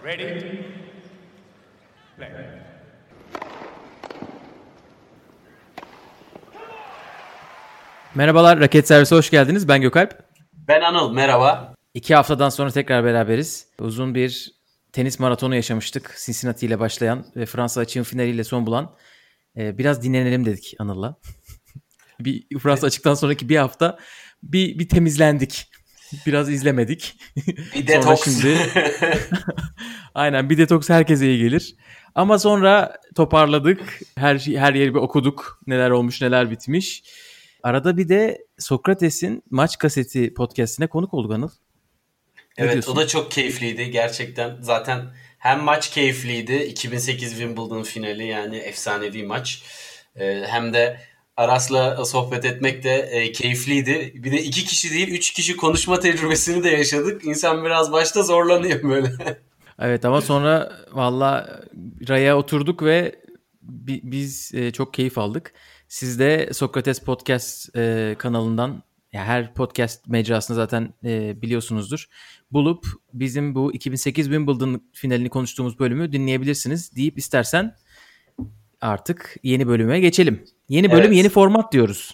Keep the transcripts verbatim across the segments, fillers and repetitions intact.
Ready? Play. Merhabalar, Raket Servisi hoş geldiniz. Ben Gökalp. Ben Anıl, merhaba. İki haftadan sonra tekrar beraberiz. Uzun bir tenis maratonu yaşamıştık. Cincinnati ile başlayan ve Fransa Açık'ın finaliyle son bulan. Ee, biraz dinlenelim dedik Anıl'la. bir Fransa Açık'tan sonraki bir hafta bir, bir temizlendik. Biraz izlemedik. Bir detoks. Şimdi... Aynen, bir detoks herkese iyi gelir. Ama sonra toparladık. Her şey, her yeri bir okuduk. Neler olmuş, neler bitmiş. Arada bir de Sokrates'in Maç Kaseti podcast'ine konuk olduk Anıl. Ne evet diyorsun? O da çok keyifliydi gerçekten. Zaten hem maç keyifliydi. iki bin sekiz Wimbledon finali, yani efsanevi maç. Ee, hem de Aras'la sohbet etmek de e, keyifliydi. Bir de iki kişi değil üç kişi konuşma tecrübesini de yaşadık. İnsan biraz başta zorlanıyor böyle. Evet, ama sonra valla raya oturduk ve bi- biz e, çok keyif aldık. Siz de Sokrates Podcast e, kanalından, ya her podcast mecrasını zaten e, biliyorsunuzdur, bulup bizim bu iki bin sekiz Wimbledon finalini konuştuğumuz bölümü dinleyebilirsiniz deyip istersen artık yeni bölüme geçelim. Yeni bölüm, Evet. yeni format diyoruz.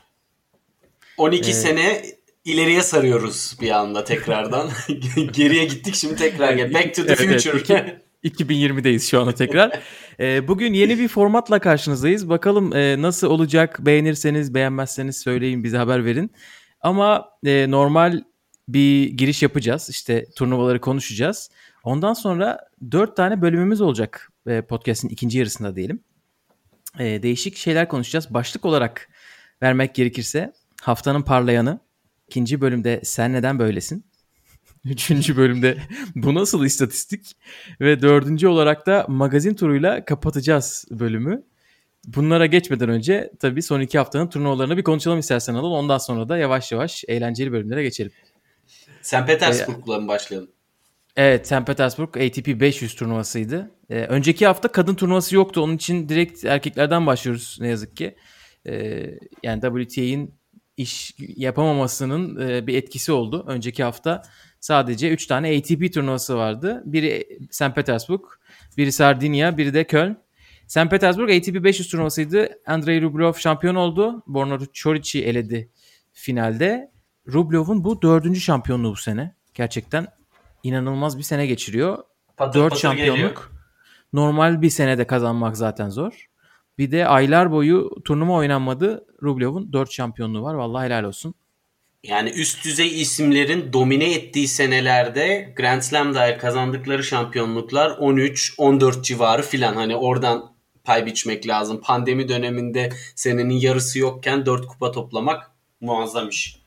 on iki Ee, sene ileriye sarıyoruz bir anda tekrardan. Geriye gittik, şimdi tekrar gel. Back to the Evet, evet. future. İki- iki bin yirmideyiz şu anda tekrar. Ee, bugün yeni bir formatla karşınızdayız. Bakalım e, nasıl olacak? Beğenirseniz, beğenmezseniz söyleyin, bize haber verin. Ama e, normal bir giriş yapacağız. İşte turnuvaları konuşacağız. Ondan sonra dört tane bölümümüz olacak e, podcast'in ikinci yarısında diyelim. E, değişik şeyler konuşacağız. Başlık olarak vermek gerekirse haftanın parlayanı. İkinci bölümde sen neden böylesin? Üçüncü bölümde bu nasıl istatistik? Ve dördüncü olarak da magazin turuyla kapatacağız bölümü. Bunlara geçmeden önce tabii son iki haftanın turnuvalarını bir konuşalım istersen Anıl. Ondan sonra da yavaş yavaş eğlenceli bölümlere geçelim. Saint Petersburg'la mı başlayalım? Evet, Saint Petersburg A T P beş yüz turnuvasıydı. Ee, önceki hafta kadın turnuvası yoktu. Onun için direkt erkeklerden başlıyoruz ne yazık ki. Ee, yani W T A'nin iş yapamamasının e, bir etkisi oldu. Önceki hafta sadece üç tane A T P turnuvası vardı. Biri Saint Petersburg, biri Sardinya, biri de Köln. Saint Petersburg A T P beş yüz turnuvasıydı. Andrei Rublev şampiyon oldu. Borna Çoric'i eledi finalde. Rublev'in bu dördüncü şampiyonluğu bu sene. Gerçekten inanılmaz bir sene geçiriyor. Patır dört patır şampiyonluk. geliyor. Normal bir senede kazanmak zaten zor. Bir de aylar boyu turnuva oynanmadı. Rublev'in dört şampiyonluğu var. Vallahi helal olsun. Yani üst düzey isimlerin domine ettiği senelerde Grand Slam dair kazandıkları şampiyonluklar on üç on dört civarı filan. Hani oradan pay biçmek lazım. Pandemi döneminde senenin yarısı yokken dört kupa toplamak muazzam iş.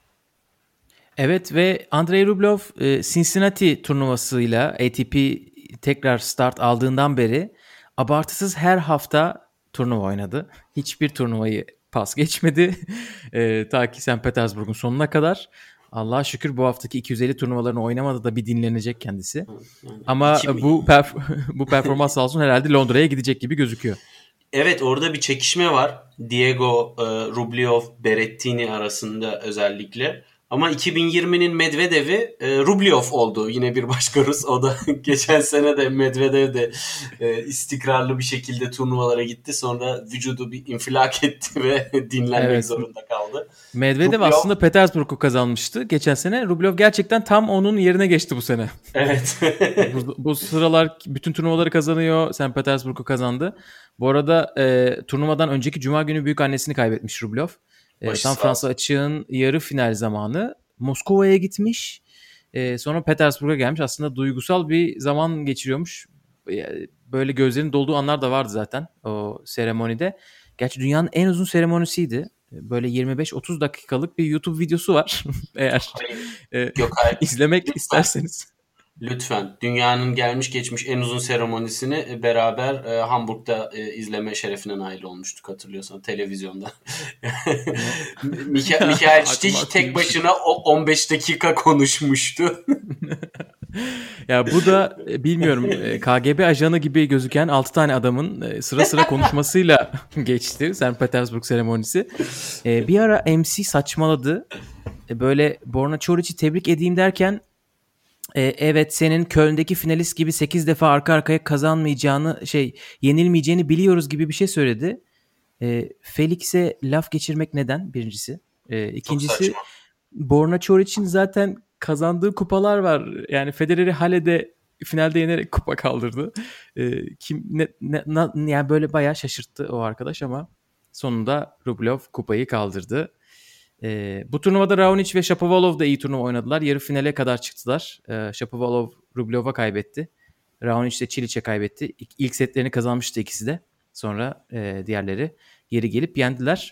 Evet, ve Andrei Rublev e, Cincinnati turnuvasıyla A T P tekrar start aldığından beri abartısız her hafta turnuva oynadı. Hiçbir turnuvayı pas geçmedi. e, ta ki Saint Petersburg'un sonuna kadar. Allah'a şükür bu haftaki iki yüz elli turnuvalarını oynamadı da bir dinlenecek kendisi. Yani Ama iki bin... bu perf- bu performans sağ olsun herhalde Londra'ya gidecek gibi gözüküyor. Evet, orada bir çekişme var. Diego e, Rublev, Berrettini arasında özellikle. Ama iki bin yirminin Medvedev'i e, Rublev oldu. Yine bir başka Rus. O da geçen sene de Medvedev de e, istikrarlı bir şekilde turnuvalara gitti. Sonra vücudu bir infilak etti ve dinlenmek Evet. zorunda kaldı. Medvedev Rublev- aslında Petersburg'u kazanmıştı geçen sene. Rublev gerçekten tam onun yerine geçti bu sene. Evet. bu, bu sıralar bütün turnuvaları kazanıyor. Saint Petersburg'u kazandı. Bu arada e, turnuvadan önceki Cuma günü büyük annesini kaybetmiş Rublev. E, Başı tam sağ Fransa olsun. Açık'ın yarı final zamanı Moskova'ya gitmiş. E, sonra Petersburg'a gelmiş. Aslında duygusal bir zaman geçiriyormuş. E, böyle gözlerin dolduğu anlar da vardı zaten o seremonide. Gerçi dünyanın en uzun seremonisiydi. Böyle yirmi beş otuz dakikalık bir YouTube videosu var. Eğer e, Gökay, izlemek lütfen. isterseniz. Lütfen. Dünyanın gelmiş geçmiş en uzun seremonisini beraber e, Hamburg'da e, izleme şerefine nail olmuştuk, hatırlıyorsan, televizyonda. Mika- Michael Stich tek başına o on beş dakika konuşmuştu. Ya bu da e, bilmiyorum e, K G B ajanı gibi gözüken altı tane adamın e, sıra sıra konuşmasıyla geçti Saint Petersburg seremonisi. E, bir ara M C saçmaladı. E, böyle Borna Çoric'i tebrik edeyim derken e, evet senin Köln'deki finalist gibi sekiz defa arka arkaya kazanmayacağını şey yenilmeyeceğini biliyoruz gibi bir şey söyledi. E, Felix'e laf geçirmek neden birincisi? E, Çok ikincisi saçma. Borna Çoric'in zaten kazandığı kupalar var. Yani Federer'i Halle'de finalde yenerek kupa kaldırdı. E, kim ne, ne, na- yani böyle bayağı şaşırttı o arkadaş ama sonunda Rublev kupayı kaldırdı. E, bu turnuvada Raonic ve Shapovalov da iyi turnuva oynadılar. Yarı finale kadar çıktılar. E, Shapovalov Rublev'a kaybetti. Raonic de Çiliç'e kaybetti. İlk, ilk setlerini kazanmıştı ikisi de. Sonra e, diğerleri geri gelip yendiler.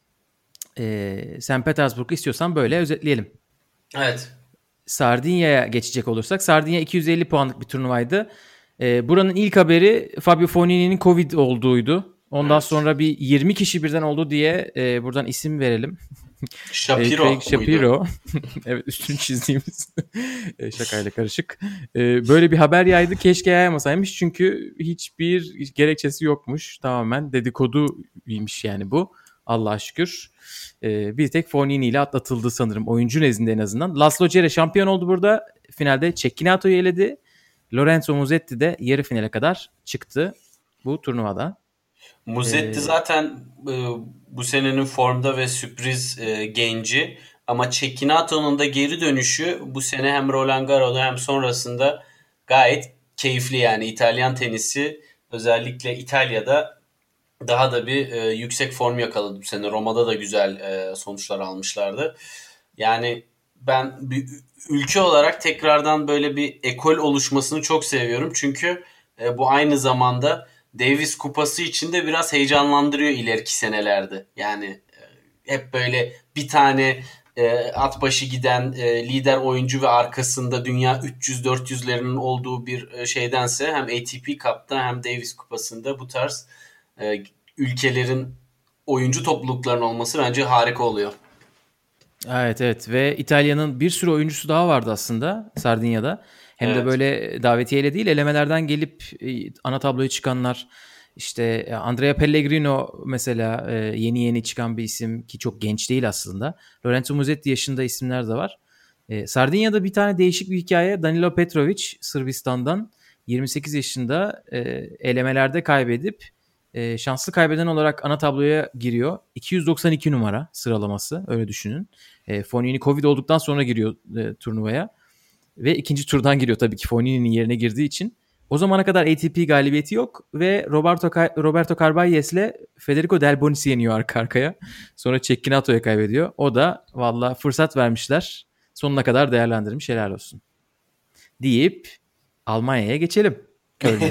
E, Saint Petersburg'u istiyorsan böyle özetleyelim. Evet. Sardinya'ya geçecek olursak. Sardinya iki yüz elli puanlık bir turnuvaydı. E, buranın ilk haberi Fabio Fognini'nin Covid olduğuydu. Ondan Evet. sonra bir yirmi kişi birden oldu diye e, buradan isim verelim. Shapiro Craig Shapiro. muydu? Evet, üstünü çizdiğimiz şakayla karışık. Böyle bir haber yaydı. Keşke yaymasaymış çünkü hiçbir gerekçesi yokmuş. Tamamen dedikoduymuş yani bu. Allah'a şükür. Bir tek Fognini ile atlatıldı sanırım. Oyuncu nezdinde en azından. Laszlo Djere şampiyon oldu burada. Finalde Cecchinato eledi. Lorenzo Musetti de yarı finale kadar çıktı bu turnuvada. Musetti Ee, zaten e, bu senenin formda ve sürpriz e, genci. Ama Cecchinato''nun da geri dönüşü bu sene hem Roland Garros'da hem sonrasında gayet keyifli yani. İtalyan tenisi özellikle İtalya'da daha da bir e, yüksek form yakaladı bu sene. Roma'da da güzel e, sonuçlar almışlardı. Yani ben bir ülke olarak tekrardan böyle bir ekol oluşmasını çok seviyorum. Çünkü e, bu aynı zamanda Davis Kupası için de biraz heyecanlandırıyor ileriki senelerde. Yani e, hep böyle bir tane e, at başı giden e, lider oyuncu ve arkasında dünya üç yüz dört yüzlerinin olduğu bir e, şeydense hem A T P Cup'ta hem Davis Kupası'nda bu tarz e, ülkelerin oyuncu topluluklarının olması bence harika oluyor. Evet evet ve İtalya'nın bir sürü oyuncusu daha vardı aslında Sardinya'da. Hem de Evet. böyle davetiyeyle değil elemelerden gelip e, ana tabloya çıkanlar. İşte e, Andrea Pellegrino mesela e, yeni yeni çıkan bir isim ki çok genç değil aslında. Lorenzo Musetti yaşında isimler de var. E, Sardinya'da bir tane değişik bir hikaye. Danilo Petrovic Sırbistan'dan yirmi sekiz yaşında e, elemelerde kaybedip e, şanslı kaybeden olarak ana tabloya giriyor. iki yüz doksan iki numara sıralaması öyle düşünün. E, Fognini Covid olduktan sonra giriyor e, turnuvaya. Ve ikinci turdan giriyor tabii ki Fognini'nin yerine girdiği için. O zamana kadar A T P galibiyeti yok ve Roberto Roberto Carbales'le Federico Del Bonis'i yeniyor arka arkaya. Sonra Cecchinato'ya kaybediyor. O da valla fırsat vermişler. Sonuna kadar değerlendirmiş, helal olsun. Deyip Almanya'ya geçelim. Köln'e.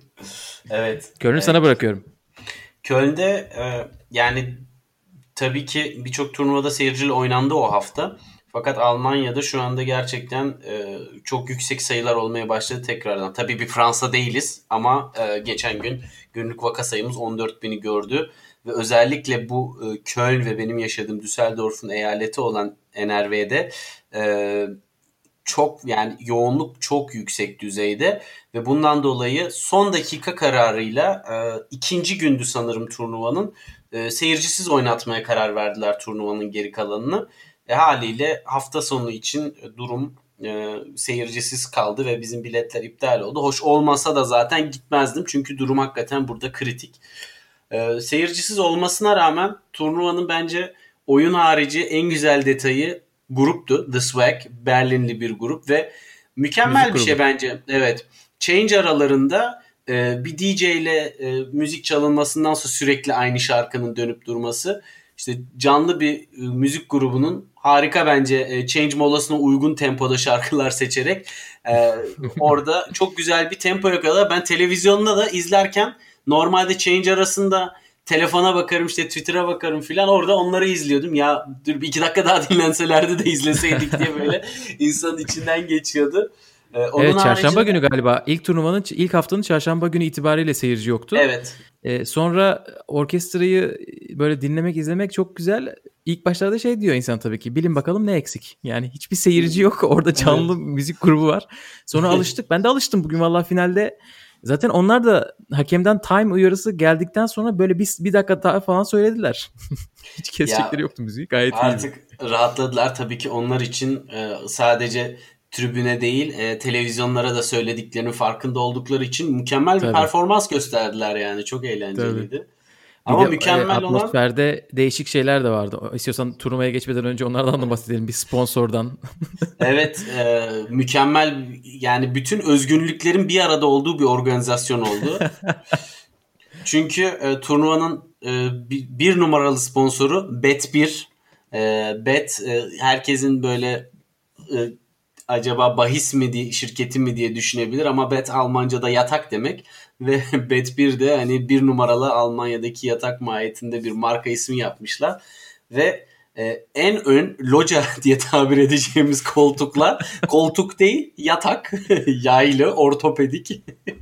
Evet. Köln'ü evet. sana bırakıyorum. Köln'de e, yani tabii ki birçok turnuvada seyirciyle oynandı o hafta. Fakat Almanya'da şu anda gerçekten e, çok yüksek sayılar olmaya başladı tekrardan. Tabii bir Fransa değiliz ama e, geçen gün günlük vaka sayımız on dört bini gördü. Ve özellikle bu e, Köln ve benim yaşadığım Düsseldorf'un eyaleti olan N R V'de e, çok yani yoğunluk çok yüksek düzeyde ve bundan dolayı son dakika kararıyla e, ikinci gündü sanırım turnuvanın e, seyircisiz oynatmaya karar verdiler turnuvanın geri kalanını. E, haliyle hafta sonu için durum e, seyircisiz kaldı ve bizim biletler iptal oldu. Hoş olmasa da zaten gitmezdim çünkü durum hakikaten burada kritik. E, seyircisiz olmasına rağmen turnuvanın bence oyun harici en güzel detayı gruptu. The Swag, Berlinli bir grup ve mükemmel Müzik bir şey grubu. bence. Evet. Change aralarında e, bir D J ile e, müzik çalınmasından sonra sürekli aynı şarkının dönüp durması. İşte canlı bir e, müzik grubunun harika bence e, Change molasına uygun tempoda şarkılar seçerek e, orada çok güzel bir tempo yakaladı. Ben televizyonda da izlerken normalde Change arasında telefona bakarım işte Twitter'a bakarım filan orada onları izliyordum. Ya dur bir iki dakika daha dinlenselerdi de izleseydik diye böyle insanın içinden geçiyordu. Ee, onun Evet, çarşamba haricinde... günü galiba ilk turnuvanın ilk haftanın çarşamba günü itibariyle seyirci yoktu. Evet. Ee, sonra orkestrayı böyle dinlemek izlemek çok güzel. İlk başlarda şey diyor insan tabii ki bilin bakalım ne eksik. Yani hiçbir seyirci yok orada canlı Evet. müzik grubu var. Sonra alıştık ben de alıştım bugün vallahi finalde. Zaten onlar da hakemden time uyarısı geldikten sonra böyle bir, bir dakika daha falan söylediler. Hiç kesecekleri Ya yoktu müziği gayet iyiydi. artık rahatladılar tabii ki onlar için e, sadece tribüne değil e, televizyonlara da söylediklerinin farkında oldukları için mükemmel bir Tabii. performans gösterdiler yani. Çok eğlenceliydi. Tabii. Ama Bir de mükemmel e, olan atmosferde değişik şeyler de vardı. İstiyorsan turnuvaya geçmeden önce onlardan da bahsedelim. Bir sponsordan. evet e, mükemmel yani bütün özgünlüklerin bir arada olduğu bir organizasyon oldu. Çünkü e, turnuvanın e, bir, bir numaralı sponsoru Bet bir. E, Bet e, herkesin böyle e, acaba bahis mi diye şirketi mi diye düşünebilir ama Bet Almanca'da yatak demek ve Bet bir de hani bir numaralı Almanya'daki yatak mahiyetinde bir marka ismi yapmışlar ve e, en ön loca diye tabir edeceğimiz koltuklar koltuk değil yatak yaylı ortopedik.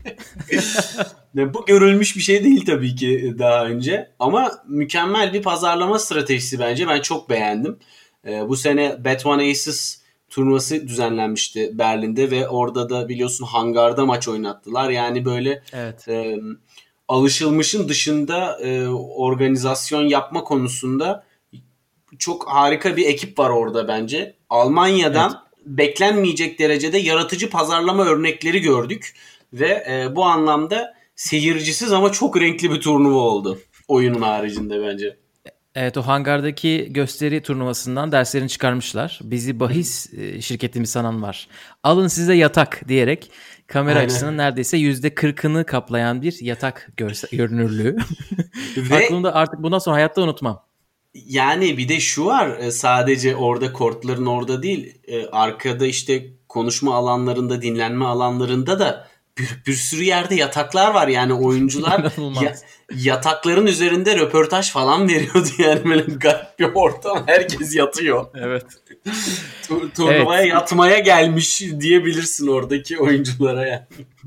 Bu görülmüş bir şey değil tabii ki daha önce ama mükemmel bir pazarlama stratejisi bence ben çok beğendim. E, bu sene Bet One Aces turnuvası düzenlenmişti Berlin'de ve orada da biliyorsun hangarda maç oynattılar. Yani böyle Evet. e, alışılmışın dışında e, organizasyon yapma konusunda çok harika bir ekip var orada bence. Almanya'dan evet. beklenmeyecek derecede yaratıcı pazarlama örnekleri gördük ve e, bu anlamda seyircisiz ama çok renkli bir turnuva oldu oyunun haricinde bence. Evet, o hangardaki gösteri turnuvasından derslerini çıkarmışlar. Bizi bahis şirketimi sanan var. Alın size yatak diyerek kamera Aynen. açısının neredeyse yüzde kırkını kaplayan bir yatak görse- görünürlüğü. Ve aklımda artık bundan sonra hayatta unutmam. Yani bir de şu var, sadece orada kortların orada değil, arkada işte konuşma alanlarında, dinlenme alanlarında da bir, bir sürü yerde yataklar var. Yani oyuncular ya, yatakların üzerinde röportaj falan veriyordu. Yani böyle garip bir ortam. Herkes yatıyor. Evet. Tur, turnuvaya evet. yatmaya gelmiş diyebilirsin oradaki oyunculara yani.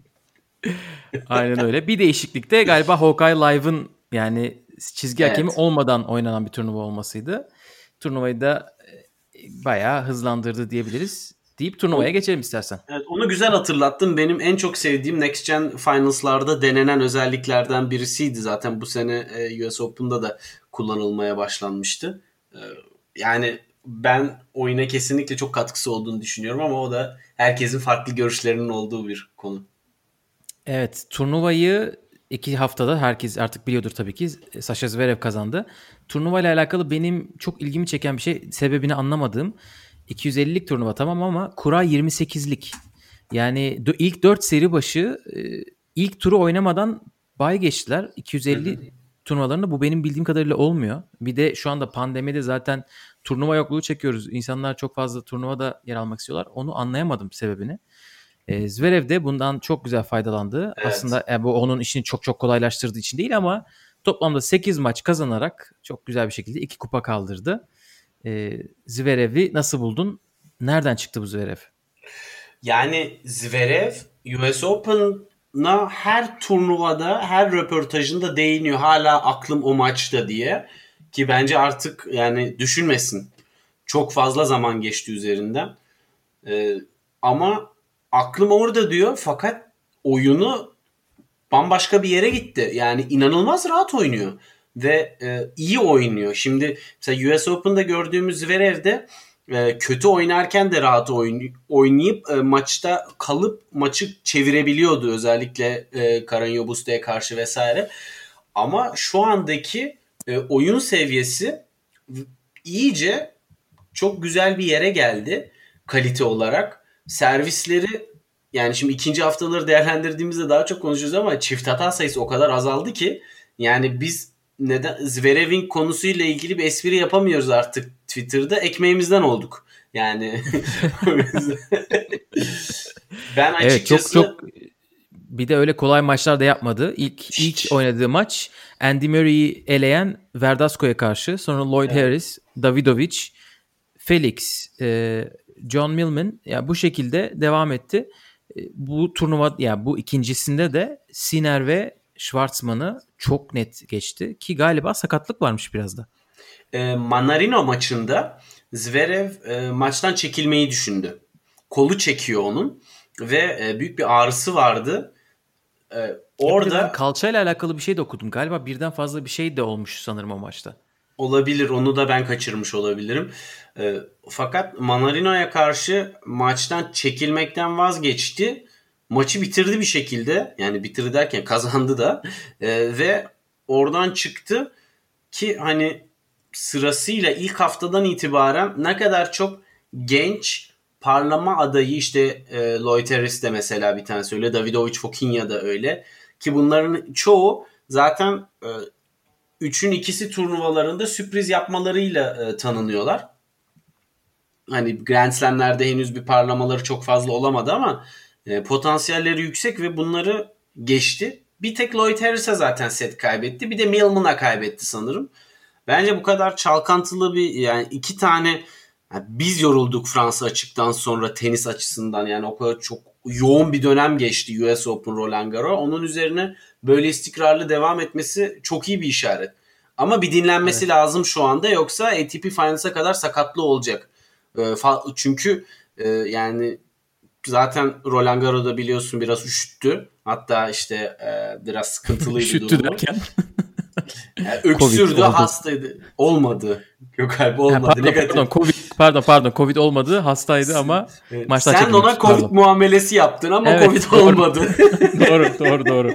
Aynen öyle. Bir değişiklik de galiba Hawkeye Live'ın yani çizgi evet. hakemi olmadan oynanan bir turnuva olmasıydı. Turnuvayı da bayağı hızlandırdı diyebiliriz. Deyip turnuvaya o, geçelim istersen. Evet, onu güzel hatırlattın. Benim en çok sevdiğim Next Gen Finals'larda denenen özelliklerden birisiydi. Zaten bu sene U S Open'da da kullanılmaya başlanmıştı. Yani ben oyuna kesinlikle çok katkısı olduğunu düşünüyorum ama o da herkesin farklı görüşlerinin olduğu bir konu. Evet, turnuvayı iki haftada herkes artık biliyordur tabii ki. Sasha Zverev kazandı. Turnuvayla alakalı benim çok ilgimi çeken bir şey, sebebini anlamadığım. iki yüz ellilik turnuva tamam ama kura yirmi sekizlik. Yani ilk dört seri başı ilk turu oynamadan bay geçtiler. iki yüz elli hı hı. turnuvalarında bu benim bildiğim kadarıyla olmuyor. Bir de şu anda pandemide zaten turnuva yokluğu çekiyoruz. İnsanlar çok fazla turnuvada yer almak istiyorlar. Onu anlayamadım sebebini. E, Zverev de bundan çok güzel faydalandı. Evet. Aslında e, bu onun işini çok çok kolaylaştırdığı için değil ama toplamda sekiz maç kazanarak çok güzel bir şekilde iki kupa kaldırdı. E, Zverev'i nasıl buldun? Nereden çıktı bu Zverev? Yani Zverev U S Open'a her turnuvada, her röportajında değiniyor. Hala aklım o maçta diye. Ki bence artık yani düşünmesin. Çok fazla zaman geçti üzerinden. Ee, ama aklım orada diyor fakat oyunu bambaşka bir yere gitti. Yani inanılmaz rahat oynuyor ve e, iyi oynuyor. Şimdi mesela U S Open'da gördüğümüz Zverev'de e, kötü oynarken de rahat oyn- oynayıp e, maçta kalıp maçı çevirebiliyordu özellikle e, Karolina Busta'ya karşı vesaire. Ama şu andaki e, oyun seviyesi iyice çok güzel bir yere geldi kalite olarak. Servisleri yani şimdi ikinci haftaları değerlendirdiğimizde daha çok konuşuyoruz ama çift hata sayısı o kadar azaldı ki yani biz neden Zverev'in konusuyla ilgili bir espri yapamıyoruz artık Twitter'da. Ekmeğimizden olduk. Yani ben açıkçası evet, çok çok bir de öyle kolay maçlar da yapmadı. İlk ilk oynadığı maç Andy Murray'i eleyen Verdasco'ya karşı, sonra Lloyd evet. Harris, Davidovic, Felix, e, John Millman ya yani bu şekilde devam etti. E, bu turnuva ya yani bu ikincisinde de Sinner ve Schwartzman'ı çok net geçti ki galiba sakatlık varmış biraz da. E, Manarino maçında Zverev e, maçtan çekilmeyi düşündü. Kolu çekiyor onun ve e, büyük bir ağrısı vardı. E, orada kalçayla alakalı bir şey de okudum. Galiba birden fazla bir şey de olmuş sanırım o maçta. Olabilir. Onu da ben kaçırmış olabilirim. E, fakat Manarino'ya karşı maçtan çekilmekten vazgeçti. Maçı bitirdi bir şekilde. Yani bitirdi derken kazandı da. E, ve oradan çıktı ki hani sırasıyla ilk haftadan itibaren ne kadar çok genç parlama adayı işte e, Lloyd Harris de mesela bir tanesi öyle. Davidovic Fokina da öyle. Ki bunların çoğu zaten e, üçün ikisi turnuvalarında sürpriz yapmalarıyla e, tanınıyorlar. Hani Grand Slam'lerde henüz bir parlamaları çok fazla olamadı ama e, potansiyelleri yüksek ve bunları geçti. Bir tek Lloyd Harris'e zaten set kaybetti. Bir de Millman'a kaybetti sanırım. Bence bu kadar çalkantılı bir yani iki tane yani biz yorulduk Fransa açıktan sonra tenis açısından yani o kadar çok yoğun bir dönem geçti U S Open Roland Garros. Onun üzerine böyle istikrarlı devam etmesi çok iyi bir işaret. Ama bir dinlenmesi evet. lazım şu anda yoksa A T P Finals'a kadar sakatlı olacak. Çünkü yani zaten Roland Garros'da biliyorsun biraz üşüttü. Hatta işte biraz sıkıntılıydı üşüttü durumu. derken? Yani öksürdü, hastaydı. Olmadı. Gökalp olmadı. Ha, pardon, Negatif. pardon, Covid, pardon, pardon. Covid olmadı. Hastaydı ama evet. maçtan Sen çekilmiş. ona Covid pardon. muamelesi yaptın ama evet, Covid doğru. olmadı. doğru, doğru, doğru.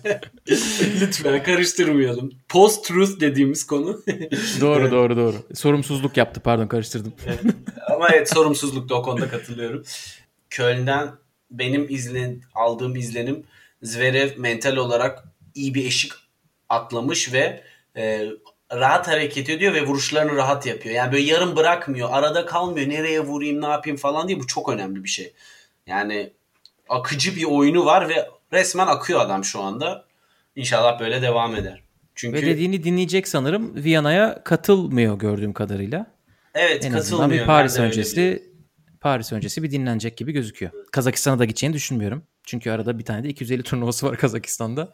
Lütfen karıştırmayalım. Post-truth dediğimiz konu. doğru, evet. doğru, doğru. Sorumsuzluk yaptı. Pardon, karıştırdım. evet. Ama evet sorumsuzlukta o konuda katılıyorum. Köln'den benim izlen, aldığım izlenim Zverev mental olarak iyi bir eşik atlamış ve e, rahat hareket ediyor ve vuruşlarını rahat yapıyor. Yani böyle yarım bırakmıyor, arada kalmıyor. Nereye vurayım, ne yapayım falan diye bu çok önemli bir şey. Yani akıcı bir oyunu var ve resmen akıyor adam şu anda. İnşallah böyle devam eder. Çünkü ve dediğini dinleyecek sanırım. Viyana'ya katılmıyor gördüğüm kadarıyla. Evet, en katılmıyor. azından bir Paris öncesi Paris öncesi bir dinlenecek gibi gözüküyor. Kazakistan'a da gideceğini düşünmüyorum. Çünkü arada bir tane de iki yüz elli turnuvası var Kazakistan'da.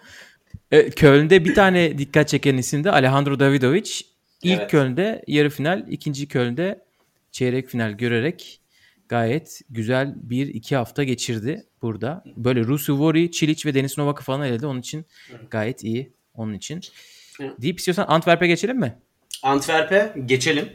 E, Köln'de bir tane dikkat çeken isim de Alejandro Davidovic. İlk evet. Köln'de yarı final, ikinci Köln'de çeyrek final görerek gayet güzel bir iki hafta geçirdi burada. Böyle Ruusuvuori, Cilic ve Denis Novak'ı falan eledi. Onun için gayet iyi. Onun için. Evet. Deyip istiyorsan Antwerp'e geçelim mi? Antwerp'e geçelim.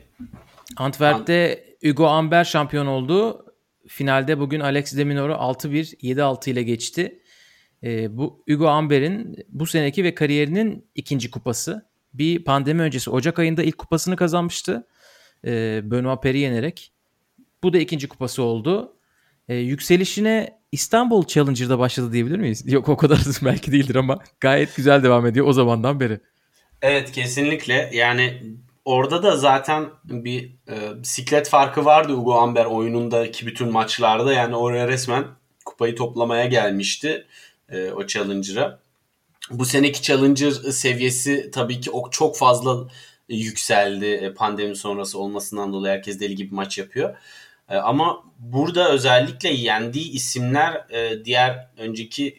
Antwerp'te Hugo Humbert şampiyon oldu. Finalde bugün Alex de Minaur'u altı bir, yedi altı ile geçti. Ee, bu Hugo Humbert'in bu seneki ve kariyerinin ikinci kupası. Bir pandemi öncesi Ocak ayında ilk kupasını kazanmıştı. Ee, Benoît Pair'i yenerek. Bu da ikinci kupası oldu. Ee, yükselişine İstanbul Challenger'da başladı diyebilir miyiz? Yok o kadar belki değildir ama gayet güzel devam ediyor o zamandan beri. Evet kesinlikle yani orada da zaten bir e, bisiklet farkı vardı Hugo Humbert oyunundaki bütün maçlarda yani oraya resmen kupayı toplamaya gelmişti e, o Challenger'a. Bu seneki Challenger seviyesi tabii ki çok fazla yükseldi pandemi sonrası olmasından dolayı herkes deli gibi maç yapıyor. Ama burada özellikle yendiği isimler diğer önceki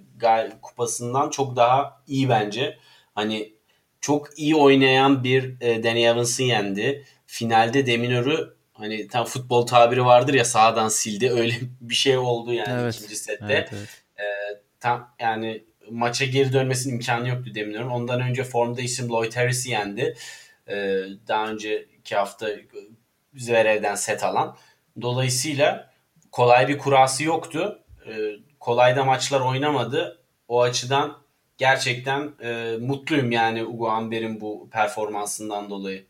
kupasından çok daha iyi bence. Hani çok iyi oynayan bir Danny Evans'ı yendi. Finalde de Minaur'u hani tam futbol tabiri vardır ya sağdan sildi. Öyle bir şey oldu yani evet, ikinci sette. Evet, evet. Tam yani maça geri dönmesinin imkanı yoktu de Minaur'un. Ondan önce formda isim Lloyd Harris'i yendi. Daha önceki hafta Zverev'den set alan. Dolayısıyla kolay bir kurası yoktu. Ee, kolay da maçlar oynamadı. O açıdan gerçekten e, mutluyum yani Hugo Humbert'in bu performansından dolayı.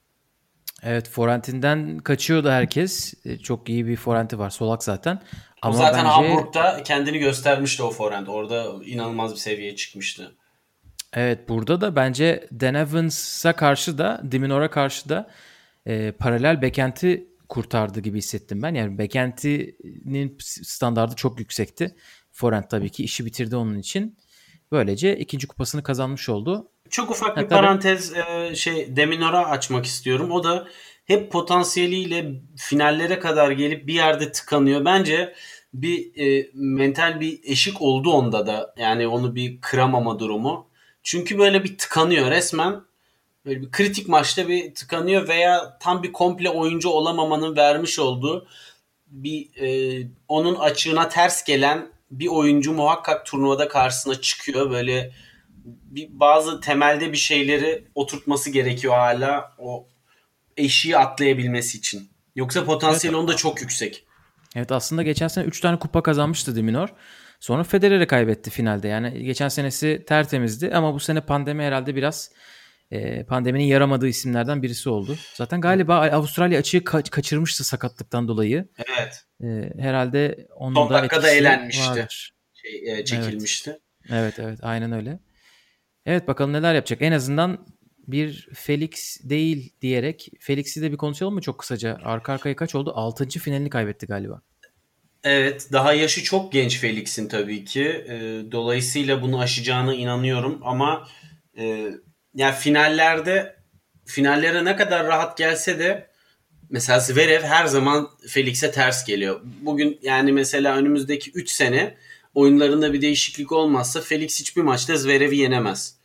Evet forehandinden kaçıyordu herkes. Çok iyi bir forehand'i var. Solak zaten. Ama o zaten bence Hamburg'da kendini göstermişti o forehand. Orada inanılmaz bir seviyeye çıkmıştı. Evet burada da bence Dan Evans'a karşı da de Minaur'a karşı da e, paralel backhand'i kurtardı gibi hissettim ben. Yani backhand'inin standardı çok yüksekti. Forehand tabii ki işi bitirdi onun için. Böylece ikinci kupasını kazanmış oldu. Çok ufak bir ha, parantez e, şey de Minaur'a açmak istiyorum. O da hep potansiyeliyle finallere kadar gelip bir yerde tıkanıyor. Bence bir e, mental bir eşik oldu onda da. Yani onu bir kıramama durumu. Çünkü böyle bir tıkanıyor resmen. Böyle bir kritik maçta bir tıkanıyor veya tam bir komple oyuncu olamamanın vermiş olduğu bir e, onun açığına ters gelen bir oyuncu muhakkak turnuvada karşısına çıkıyor. Böyle bir, bazı temelde bir şeyleri oturtması gerekiyor hala o eşiği atlayabilmesi için. Yoksa potansiyeli Evet. onda çok yüksek. Evet, aslında geçen sene üç tane kupa kazanmıştı de Minaur. Sonra Federer'e kaybetti finalde. Yani geçen senesi tertemizdi ama bu sene pandemi herhalde biraz e, pandeminin yaramadığı isimlerden birisi oldu. Zaten galiba Avustralya açığı ka- kaçırmıştı sakatlıktan dolayı. Evet. E, herhalde onun Son da dakikada etkisi elenmişti. vardır. Şey, e, çekilmişti. Evet. evet evet aynen öyle. Evet, bakalım neler yapacak. En azından bir Felix değil diyerek Felix'i de bir konuşalım mı çok kısaca? Arka arkaya kaç oldu? Altıncı finalini kaybetti galiba. Evet, daha yaşı çok genç Felix'in tabii ki. E, dolayısıyla bunu aşacağına inanıyorum ama e, yani finallerde finallere ne kadar rahat gelse de mesela Zverev her zaman Felix'e ters geliyor. Bugün yani mesela önümüzdeki üç sene oyunlarında bir değişiklik olmazsa Felix hiçbir maçta Zverev'i yenemez.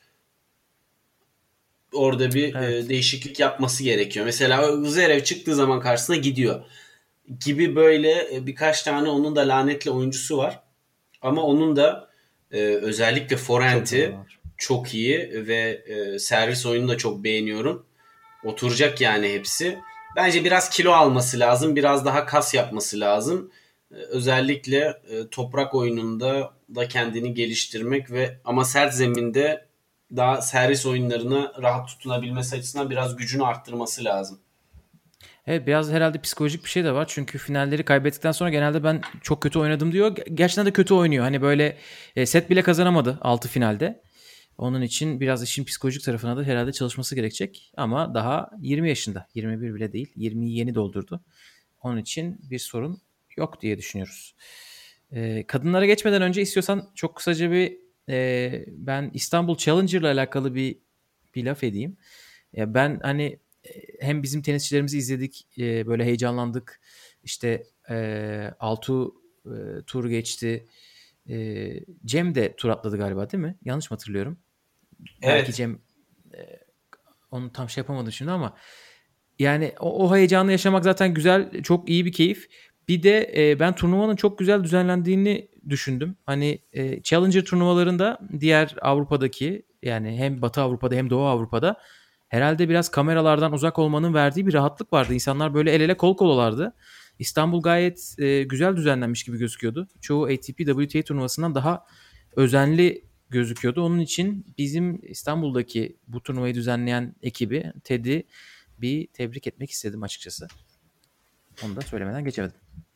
Orada bir Evet. e, değişiklik yapması gerekiyor. Mesela Zverev çıktığı zaman karşısına gidiyor. Gibi böyle e, birkaç tane onun da lanetli oyuncusu var. Ama onun da e, özellikle forehand'i Çok, çok iyi ve e, servis oyununu da çok beğeniyorum. Oturacak yani hepsi. Bence biraz kilo alması lazım. Biraz daha kas yapması lazım. E, özellikle e, toprak oyununda da kendini geliştirmek ve ama sert zeminde daha servis oyunlarına rahat tutunabilmesi açısından biraz gücünü arttırması lazım. Evet, biraz herhalde psikolojik bir şey de var. Çünkü finalleri kaybettikten sonra genelde ben çok kötü oynadım diyor. Gerçekten de kötü oynuyor. Hani böyle e, set bile kazanamadı altı finalde. Onun için biraz işin psikolojik tarafına da herhalde çalışması gerekecek. Ama daha yirmi yaşında. yirmi bir bile değil. yirmiyi yeni doldurdu. Onun için bir sorun yok diye düşünüyoruz. E, kadınlara geçmeden önce istiyorsan çok kısaca bir e, ben İstanbul Challenger ile alakalı bir bir laf edeyim. Ya ben hani hem bizim tenisçilerimizi izledik, e, böyle heyecanlandık. İşte e, Altuğ e, tur geçti. E, Cem de tur atladı galiba, değil mi? Yanlış mı hatırlıyorum? Belki Evet. Cem e, onu tam şey yapamadım şimdi ama yani o, o heyecanı yaşamak zaten güzel, çok iyi bir keyif. Bir de e, ben turnuvanın çok güzel düzenlendiğini düşündüm. Hani e, Challenger turnuvalarında diğer Avrupa'daki yani hem Batı Avrupa'da hem Doğu Avrupa'da herhalde biraz kameralardan uzak olmanın verdiği bir rahatlık vardı. İnsanlar böyle el ele kol kolalardı. İstanbul gayet e, güzel düzenlenmiş gibi gözüküyordu. Çoğu A T P W T A turnuvasından daha özenli gözüküyordu. Onun için bizim İstanbul'daki bu turnuvayı düzenleyen ekibi, Ted'i bir tebrik etmek istedim açıkçası. Onu da söylemeden geçemedim.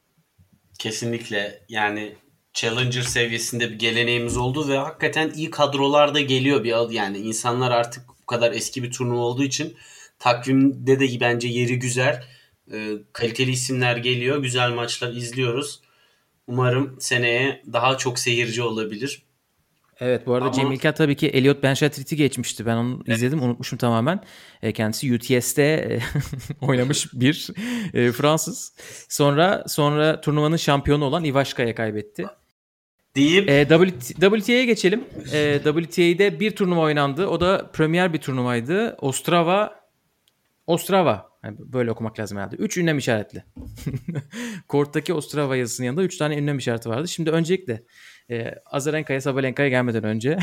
Kesinlikle yani Challenger seviyesinde bir geleneğimiz oldu ve hakikaten iyi kadrolar da geliyor bir yani insanlar artık bu kadar eski bir turnuva olduğu için takvimde de bence yeri güzel. Ee, kaliteli isimler geliyor. Güzel maçlar izliyoruz. Umarım seneye daha çok seyirci olabilir. Evet, bu arada Cem Ama İlker tabii ki Elliot Benchatriti geçmişti. Ben onu izledim, unutmuşum tamamen. E, kendisi U T S'te e, oynamış bir e, Fransız. Sonra sonra turnuvanın şampiyonu olan Ivaşka'ya kaybetti. deyip E, W T A'ya geçelim. E, W T A'de bir turnuva oynandı. O da premier bir turnuvaydı. Ostrava Ostrava. Yani böyle okumak lazım herhalde. Üç ünlem işaretli. Korttaki Ostrava yazısının yanında üç tane ünlem işareti vardı. Şimdi öncelikle e, Azarenka'ya, Sabalenka'ya gelmeden önce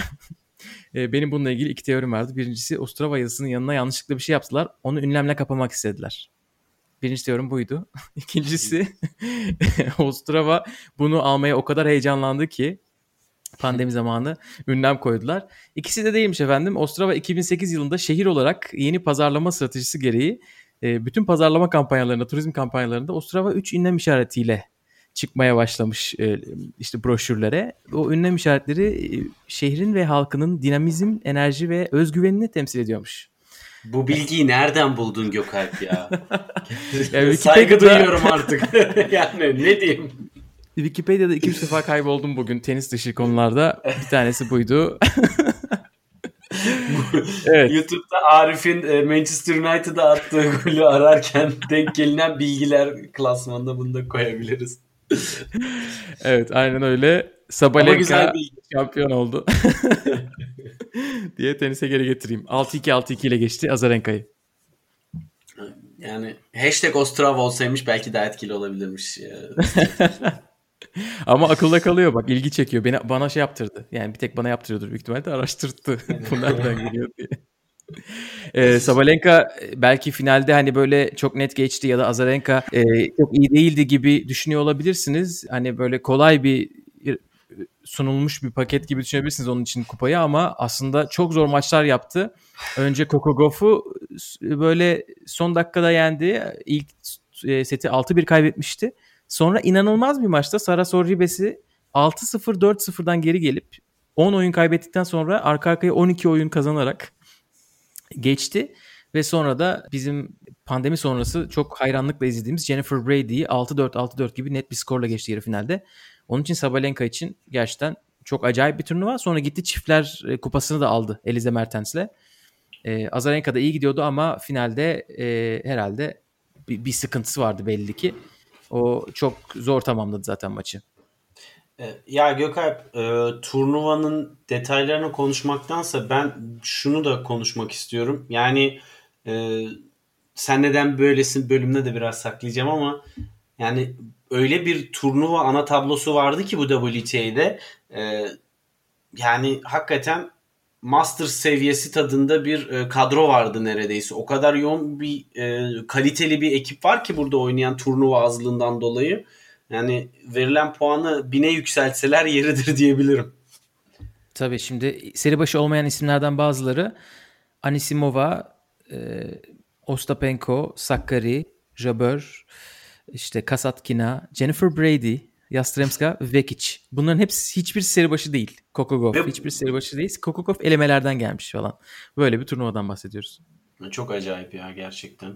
e, benim bununla ilgili iki teorim vardı. Birincisi, Ostrava yazısının yanına yanlışlıkla bir şey yaptılar. Onu ünlemle kapamak istediler. Birinci teorim buydu. İkincisi, Ostrava bunu almaya o kadar heyecanlandı ki pandemi zamanı ünlem koydular. İkisi de değilmiş efendim. Ostrava iki bin sekiz yılında şehir olarak yeni pazarlama stratejisi gereği e, bütün pazarlama kampanyalarında, turizm kampanyalarında Ostrava üç ünlem işaretiyle çıkmaya başlamış e, işte broşürlere. O ünlem işaretleri e, şehrin ve halkının dinamizm, enerji ve özgüvenini temsil ediyormuş. bu bilgiyi nereden buldun Gökalp ya? Yani Saygı duyuyorum artık. Yani ne diyeyim? Wikipedia'da iki üç defa kayboldum bugün tenis dışı konularda. Bir tanesi buydu. Evet. YouTube'da Arif'in e, Manchester United'a attığı golü ararken denk gelinen bilgiler klasmanında bunu da koyabiliriz. Evet, aynen öyle. Sabalenka şampiyon oldu. diye tenise geri getireyim. altı iki altı iki ile geçti Azarenka'yı. Yani hashtag Ostrava olsaymış belki daha etkili olabilirmiş. Ama akılda kalıyor bak, ilgi çekiyor. Beni, bana şey yaptırdı. Yani bir tek bana yaptırıyordur büyük ihtimalle de araştırttı. Bu nereden geliyor diye. Ee, Sabalenka belki finalde hani böyle çok net geçti ya da Azarenka e, çok iyi değildi gibi düşünüyor olabilirsiniz. Hani böyle kolay bir sunulmuş bir paket gibi düşünebilirsiniz onun için kupayı, ama aslında çok zor maçlar yaptı. Önce Coco Gauff'u böyle son dakikada yendi. İlk seti altı bir kaybetmişti. Sonra inanılmaz bir maçta Sara Sorribes'i altı sıfır dört sıfırdan geri gelip on oyun kaybettikten sonra arka arkaya on iki oyun kazanarak geçti. Ve sonra da bizim pandemi sonrası çok hayranlıkla izlediğimiz Jennifer Brady'yi altı dört altı dört gibi net bir skorla geçti yarı finalde. Onun için Sabalenka için gerçekten çok acayip bir turnuva. Sonra gitti çiftler kupasını da aldı Elize Mertens'le. Ee, Azarenka da iyi gidiyordu ama finalde e, herhalde bir, bir sıkıntısı vardı belli ki. O çok zor tamamladı zaten maçı. Ya Gökalp, e, turnuvanın detaylarını konuşmaktansa ben şunu da konuşmak istiyorum. Yani e, sen neden böylesin bölümüne de biraz saklayacağım ama yani öyle bir turnuva ana tablosu vardı ki bu W T A'de. E, yani hakikaten Masters seviyesi tadında bir e, kadro vardı neredeyse. O kadar yoğun bir e, kaliteli bir ekip var ki burada oynayan, turnuva azlığından dolayı. Yani verilen puanı bine yükseltseler yeridir diyebilirim. Tabii şimdi seri başı olmayan isimlerden bazıları Anisimova, e, Ostapenko, Sakkari, Jabeur, işte Kasatkina, Jennifer Brady, Yastremska, Vekic. Bunların hepsi hiçbir seri başı değil. Coco Gauff Ve hiçbir seri başı değil. Coco Gauff elemelerden gelmiş falan. Böyle bir turnuvadan bahsediyoruz. çok acayip ya gerçekten.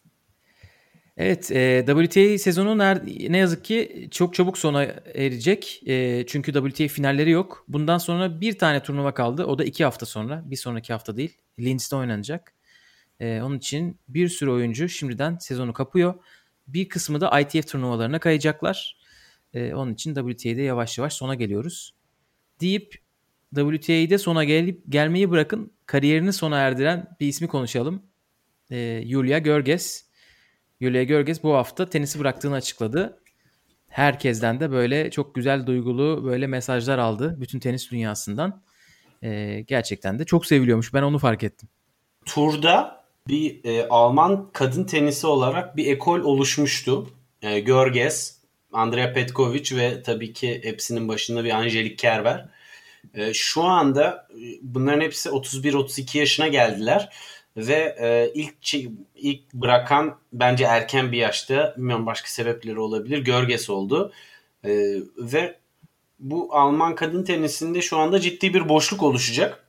Evet, e, W T A sezonu ne yazık ki çok çabuk sona erecek. E, çünkü W T A finalleri yok. Bundan sonra bir tane turnuva kaldı. O da iki hafta sonra. Bir sonraki hafta değil. Linz'de oynanacak. E, onun için bir sürü oyuncu şimdiden sezonu kapıyor. Bir kısmı da I T F turnuvalarına kayacaklar. E, onun için W T A'de yavaş yavaş sona geliyoruz. Deyip W T A'de sona gelip gelmeyi bırakın, kariyerini sona erdiren bir ismi konuşalım. E, Julia Görges. Julia Görges bu hafta tenisi bıraktığını açıkladı. Herkesten de böyle çok güzel duygulu böyle mesajlar aldı. Bütün tenis dünyasından. Ee, gerçekten de çok seviliyormuş. Ben onu fark ettim. Turda bir e, Alman kadın tenisi olarak bir ekol oluşmuştu. E, Görges, Andrea Petkovic ve tabii ki hepsinin başında bir Angelique Kerber. E, şu anda bunların hepsi otuz bir otuz iki yaşına geldiler. Ve e, ilk ilk bırakan bence erken bir yaşta, bilmiyorum başka sebepleri olabilir, Görges oldu. E, ve bu Alman kadın tenisinde şu anda ciddi bir boşluk oluşacak.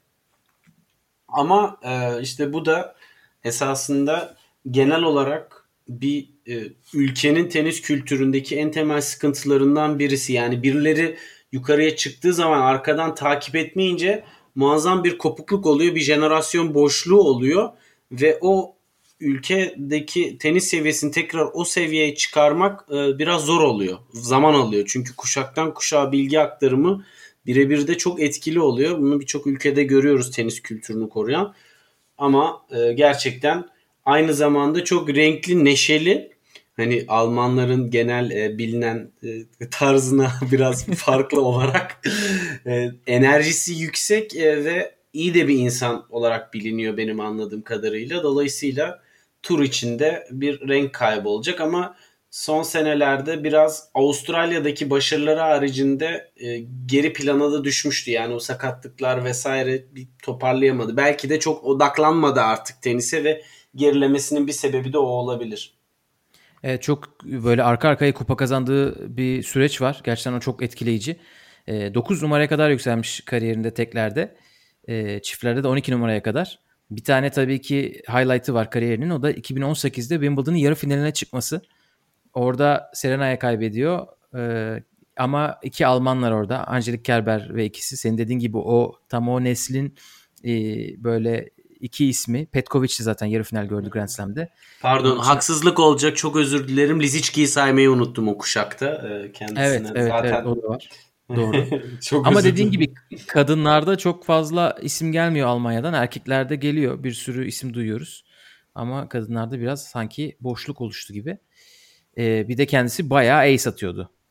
Ama e, işte bu da esasında genel olarak bir e, ülkenin tenis kültüründeki en temel sıkıntılarından birisi. Yani birileri yukarıya çıktığı zaman arkadan takip etmeyince muazzam bir kopukluk oluyor, bir jenerasyon boşluğu oluyor ve o ülkedeki tenis seviyesini tekrar o seviyeye çıkarmak e, biraz zor oluyor. Zaman alıyor. Çünkü kuşaktan kuşağa bilgi aktarımı birebir de çok etkili oluyor. Bunu birçok ülkede görüyoruz tenis kültürünü koruyan. Ama e, gerçekten aynı zamanda çok renkli, neşeli. Hani Almanların genel e, bilinen e, tarzına biraz farklı olarak e, enerjisi yüksek e, ve iyi de bir insan olarak biliniyor benim anladığım kadarıyla. Dolayısıyla tur içinde bir renk kaybı olacak ama son senelerde biraz Avustralya'daki başarıları haricinde e, geri plana da düşmüştü. Yani o sakatlıklar vesaire bir toparlayamadı. Belki de çok odaklanmadı artık tenise ve gerilemesinin bir sebebi de o olabilir. Evet, çok böyle arka arkaya kupa kazandığı bir süreç var. Gerçekten o çok etkileyici. E, dokuz numaraya kadar yükselmiş kariyerinde teklerde. E, çiftlerde de on iki numaraya kadar. Bir tane tabii ki highlight'ı var kariyerinin. O da iki bin on sekizde Wimbledon'ın yarı finaline çıkması. Orada Serena'ya kaybediyor. Ee, ama iki Almanlar orada. Angelique Kerber ve ikisi. Senin dediğin gibi o tam o neslin e, böyle iki ismi. Petkovic'ti zaten yarı final gördü Grand Slam'de. Pardon, için... haksızlık olacak. Çok özür dilerim. Lisicki'yi saymayı unuttum o kuşakta. Kendisine evet, evet, zaten... evet, o da var. Doğru. Çok ama özür dediğin dilerim. gibi kadınlarda çok fazla isim gelmiyor Almanya'dan. Erkeklerde geliyor. Bir sürü isim duyuyoruz. Ama kadınlarda biraz sanki boşluk oluştu gibi. Ee, bir de kendisi bayağı ace atıyordu.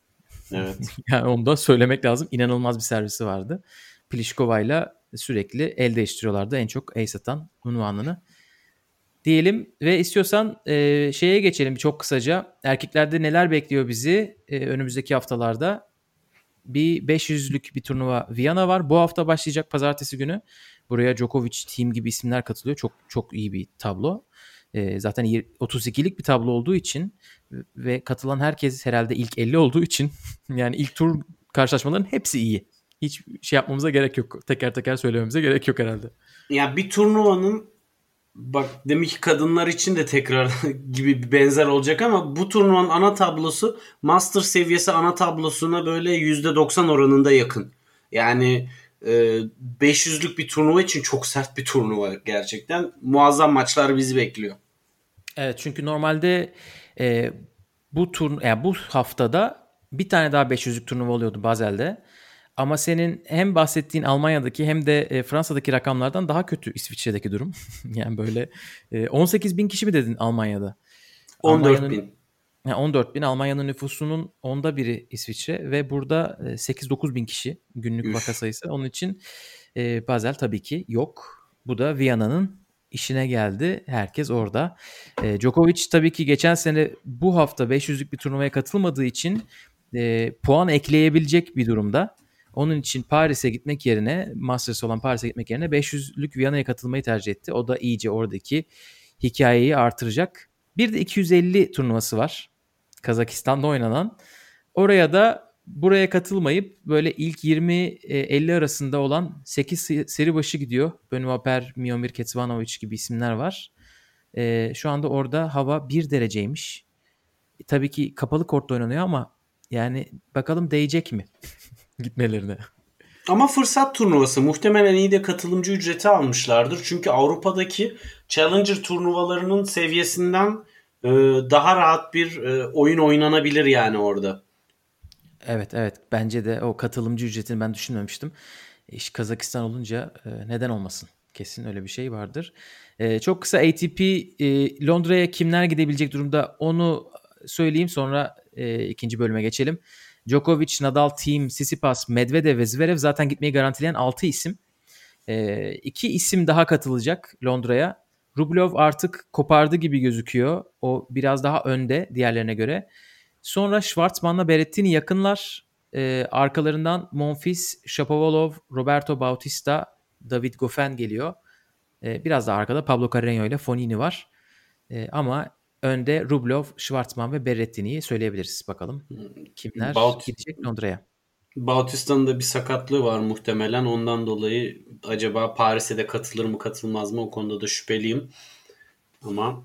Evet. Yani onu da söylemek lazım. İnanılmaz bir servisi vardı. Pliškova'yla sürekli el değiştiriyorlardı. En çok ace atan unvanını. Diyelim ve istiyorsan e, şeye geçelim çok kısaca. Erkeklerde neler bekliyor bizi e, önümüzdeki haftalarda? Bir beş yüzlük bir turnuva Viyana var. Bu hafta başlayacak pazartesi günü. Buraya Djokovic, Thiem gibi isimler katılıyor. Çok çok iyi bir tablo. E, zaten otuz ikilik bir tablo olduğu için ve katılan herkes herhalde ilk elli olduğu için yani ilk tur karşılaşmaların hepsi iyi. Hiç şey yapmamıza gerek yok. Teker teker söylememize gerek yok herhalde. Ya bir turnuvanın, bak demek ki kadınlar için de tekrar gibi bir benzer olacak ama bu turnuvanın ana tablosu master seviyesi ana tablosuna böyle yüzde doksan oranında yakın. Yani e, beş yüzlük bir turnuva için çok sert bir turnuva gerçekten. Muazzam maçlar bizi bekliyor. Evet, çünkü normalde e, bu tur yani bu haftada bir tane daha beş yüzlük turnuva oluyordu Basel'de. Ama senin hem bahsettiğin Almanya'daki hem de e, Fransa'daki rakamlardan daha kötü İsviçre'deki durum. Yani böyle e, on sekiz bin kişi mi dedin Almanya'da? on dört bin. Yani on dört bin. Almanya'nın nüfusunun onda biri İsviçre ve burada e, sekiz dokuz bin kişi günlük Üf. vaka sayısı. Onun için e, Basel tabii ki yok. Bu da Viyana'nın işine geldi. Herkes orada. E, Djokovic tabii ki geçen sene bu hafta beş yüzlük bir turnuvaya katılmadığı için e, puan ekleyebilecek bir durumda. Onun için Paris'e gitmek yerine, Masters olan Paris'e gitmek yerine beş yüzlük Viyana'ya katılmayı tercih etti. O da iyice oradaki hikayeyi artıracak. Bir de iki yüz elli turnuvası var. Kazakistan'da oynanan. Oraya da buraya katılmayıp böyle ilk yirmi elli arasında olan sekiz seri başı gidiyor. Benoît Paire, Miomir Kecmanovic gibi isimler var. E, şu anda orada hava bir dereceymiş. E, tabii ki kapalı kortta oynanıyor ama yani bakalım değecek mi gitmelerine. Ama fırsat turnuvası, muhtemelen iyi de katılımcı ücreti almışlardır. Çünkü Avrupa'daki Challenger turnuvalarının seviyesinden e, daha rahat bir e, oyun oynanabilir yani orada. Evet evet, bence de o katılımcı ücretini ben düşünmemiştim. İş Kazakistan olunca e, neden olmasın? Kesin öyle bir şey vardır. E, çok kısa A T P e, Londra'ya kimler gidebilecek durumda onu söyleyeyim, sonra e, ikinci bölüme geçelim. Djokovic, Nadal, Thiem, Tsitsipas, Medvedev ve Zverev zaten gitmeyi garantileyen altı isim. E, iki isim daha katılacak Londra'ya. Rublev artık kopardı gibi gözüküyor. O biraz daha önde diğerlerine göre. Sonra Schwartzman'la Berrettini yakınlar. Ee, arkalarından Monfils, Shapovalov, Roberto Bautista, David Goffin geliyor. Ee, biraz daha arkada Pablo Carreño ile Fonini var. Ee, ama önde Rublev, Schwartzman ve Berrettini'yi söyleyebiliriz. Bakalım kimler Baut- gidecek Londra'ya. Bautista'nın da bir sakatlığı var muhtemelen. Ondan dolayı acaba Paris'e de katılır mı katılmaz mı, o konuda da şüpheliyim. Ama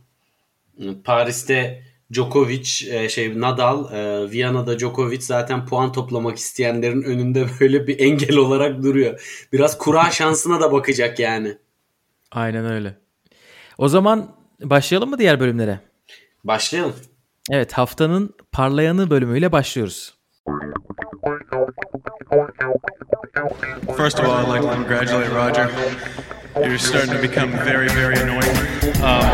Paris'te Djokovic, şey Nadal, Viyana'da Djokovic zaten puan toplamak isteyenlerin önünde böyle bir engel olarak duruyor. Biraz kura şansına da bakacak yani. Aynen öyle. O zaman başlayalım mı diğer bölümlere? Başlayalım. Evet, haftanın parlayanı bölümüyle başlıyoruz. First of all, I'd like to congratulate Roger. You're starting to become very, very annoying. Um,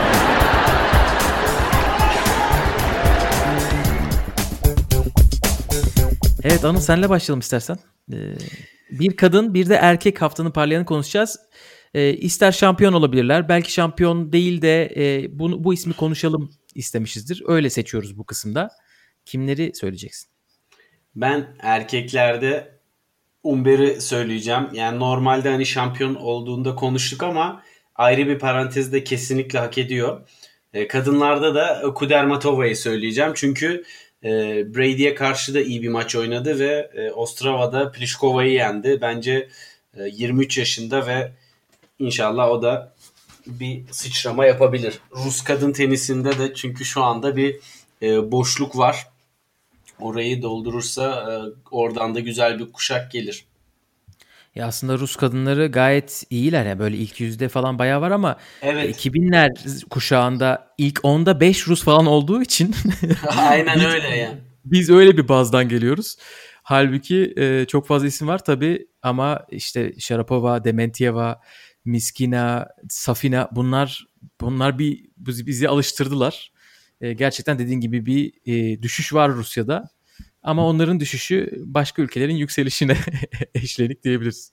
Evet Anıl, senle başlayalım istersen. Ee, bir kadın bir de erkek haftanın parlayanı konuşacağız. Ee, ister şampiyon olabilirler, belki şampiyon değil de e, bu, bu ismi konuşalım istemişizdir. Öyle seçiyoruz bu kısımda. Kimleri söyleyeceksin? Ben erkeklerde Umber'i söyleyeceğim. Yani normalde hani şampiyon olduğunda konuştuk ama ayrı bir parantezde kesinlikle hak ediyor. E, kadınlarda da Kudermetova'yı söyleyeceğim. Çünkü e, Brady'ye karşı da iyi bir maç oynadı ve e, Ostrava'da Pliškova'yı yendi. Bence e, yirmi üç yaşında ve inşallah o da bir sıçrama yapabilir. Rus kadın tenisinde de çünkü şu anda bir e, boşluk var. Orayı doldurursa e, oradan da güzel bir kuşak gelir. Ya aslında Rus kadınları gayet iyiler ya, böyle ilk yüzde falan bayağı var ama Evet. iki binler kuşağında ilk onda beş Rus falan olduğu için Aynen biz, öyle ya. Biz öyle bir bazdan geliyoruz. Halbuki e, çok fazla isim var tabii ama işte Sharapova, Dementieva, Miskina, Safina bunlar bunlar bir bizi alıştırdılar. E, gerçekten dediğin gibi bir e, düşüş var Rusya'da. Ama onların düşüşü başka ülkelerin yükselişine eşlenik diyebiliriz.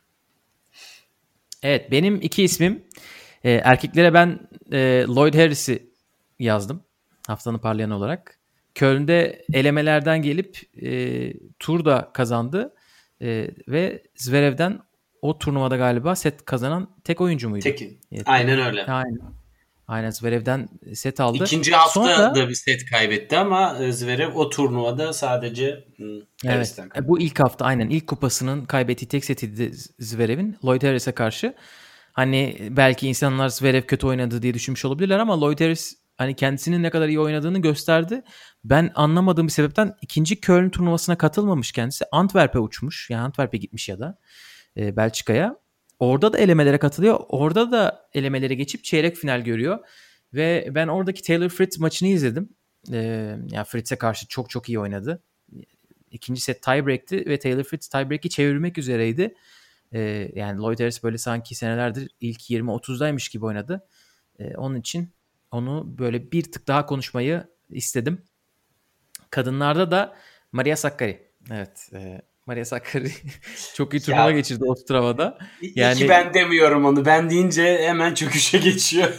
Evet, benim iki ismim. E, erkeklere ben e, Lloyd Harris'i yazdım. Haftanın parlayan olarak. Köln'de elemelerden gelip e, tur da kazandı. E, ve Zverev'den o turnuvada galiba set kazanan tek oyuncu muydu? Tek. Evet. Aynen öyle. Aynen. Aynen Zverev'den set aldı. İkinci hafta Sonra, da bir set kaybetti ama Zverev o turnuvada sadece evet, bu ilk hafta aynen ilk kupasının kaybettiği tek setiydi Zverev'in Lloyd Harris'e karşı. Hani belki insanlar Zverev kötü oynadı diye düşünmüş olabilirler ama Lloyd Harris hani kendisinin ne kadar iyi oynadığını gösterdi. Ben anlamadığım bir sebepten ikinci Köln turnuvasına katılmamış kendisi. Antwerp'e uçmuş. Yani Antwerp'e gitmiş ya da e, Belçika'ya. Orada da elemelere katılıyor. Orada da elemelere geçip çeyrek final görüyor. Ve ben oradaki Taylor Fritz maçını izledim. E, yani Fritz'e karşı çok çok iyi oynadı. İkinci set tiebreak'ti ve Taylor Fritz tiebreak'i çevirmek üzereydi. Ee, yani Lloyd Harris böyle sanki senelerdir ilk yirmi otuzdaymış gibi oynadı. Ee, onun için onu böyle bir tık daha konuşmayı istedim. Kadınlarda da Maria Sakkari. Evet. E, Maria Sakkari çok iyi turnuva geçirdi Ostrava'da. Yani... İyi ki ben demiyorum onu. Ben deyince hemen çöküşe geçiyor.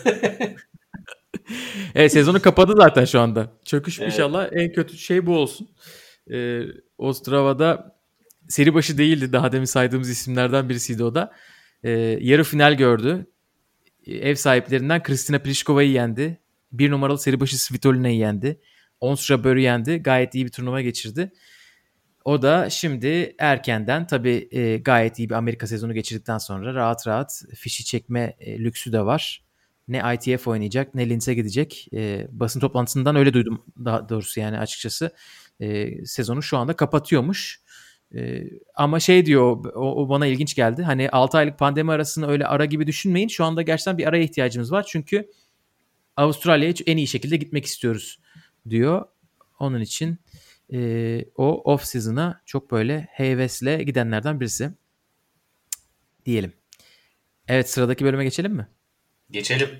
Evet, sezonu kapadı zaten şu anda. Çöküş evet. İnşallah en kötü şey bu olsun. Ee, Ostrava'da seri başı değildi. Daha demin saydığımız isimlerden birisiydi o da. Ee, yarı final gördü. Ev sahiplerinden Kristina Pliškova'yı yendi. Bir numaralı seri başı Svitolina'yı yendi. Ons Jabeur'ü yendi. Gayet iyi bir turnuva geçirdi. O da şimdi erkenden tabii e, gayet iyi bir Amerika sezonu geçirdikten sonra rahat rahat fişi çekme e, lüksü de var. Ne I T F oynayacak ne Linz'e gidecek. E, basın toplantısından öyle duydum daha doğrusu yani açıkçası. E, sezonu şu anda kapatıyormuş. E, ama şey diyor o, o bana ilginç geldi. Hani altı aylık pandemi arasını öyle ara gibi düşünmeyin. Şu anda gerçekten bir araya ihtiyacımız var. Çünkü Avustralya'ya en iyi şekilde gitmek istiyoruz diyor. Onun için e, o off season'a çok böyle hevesle gidenlerden birisi diyelim. Evet, sıradaki bölüme geçelim mi? Geçelim.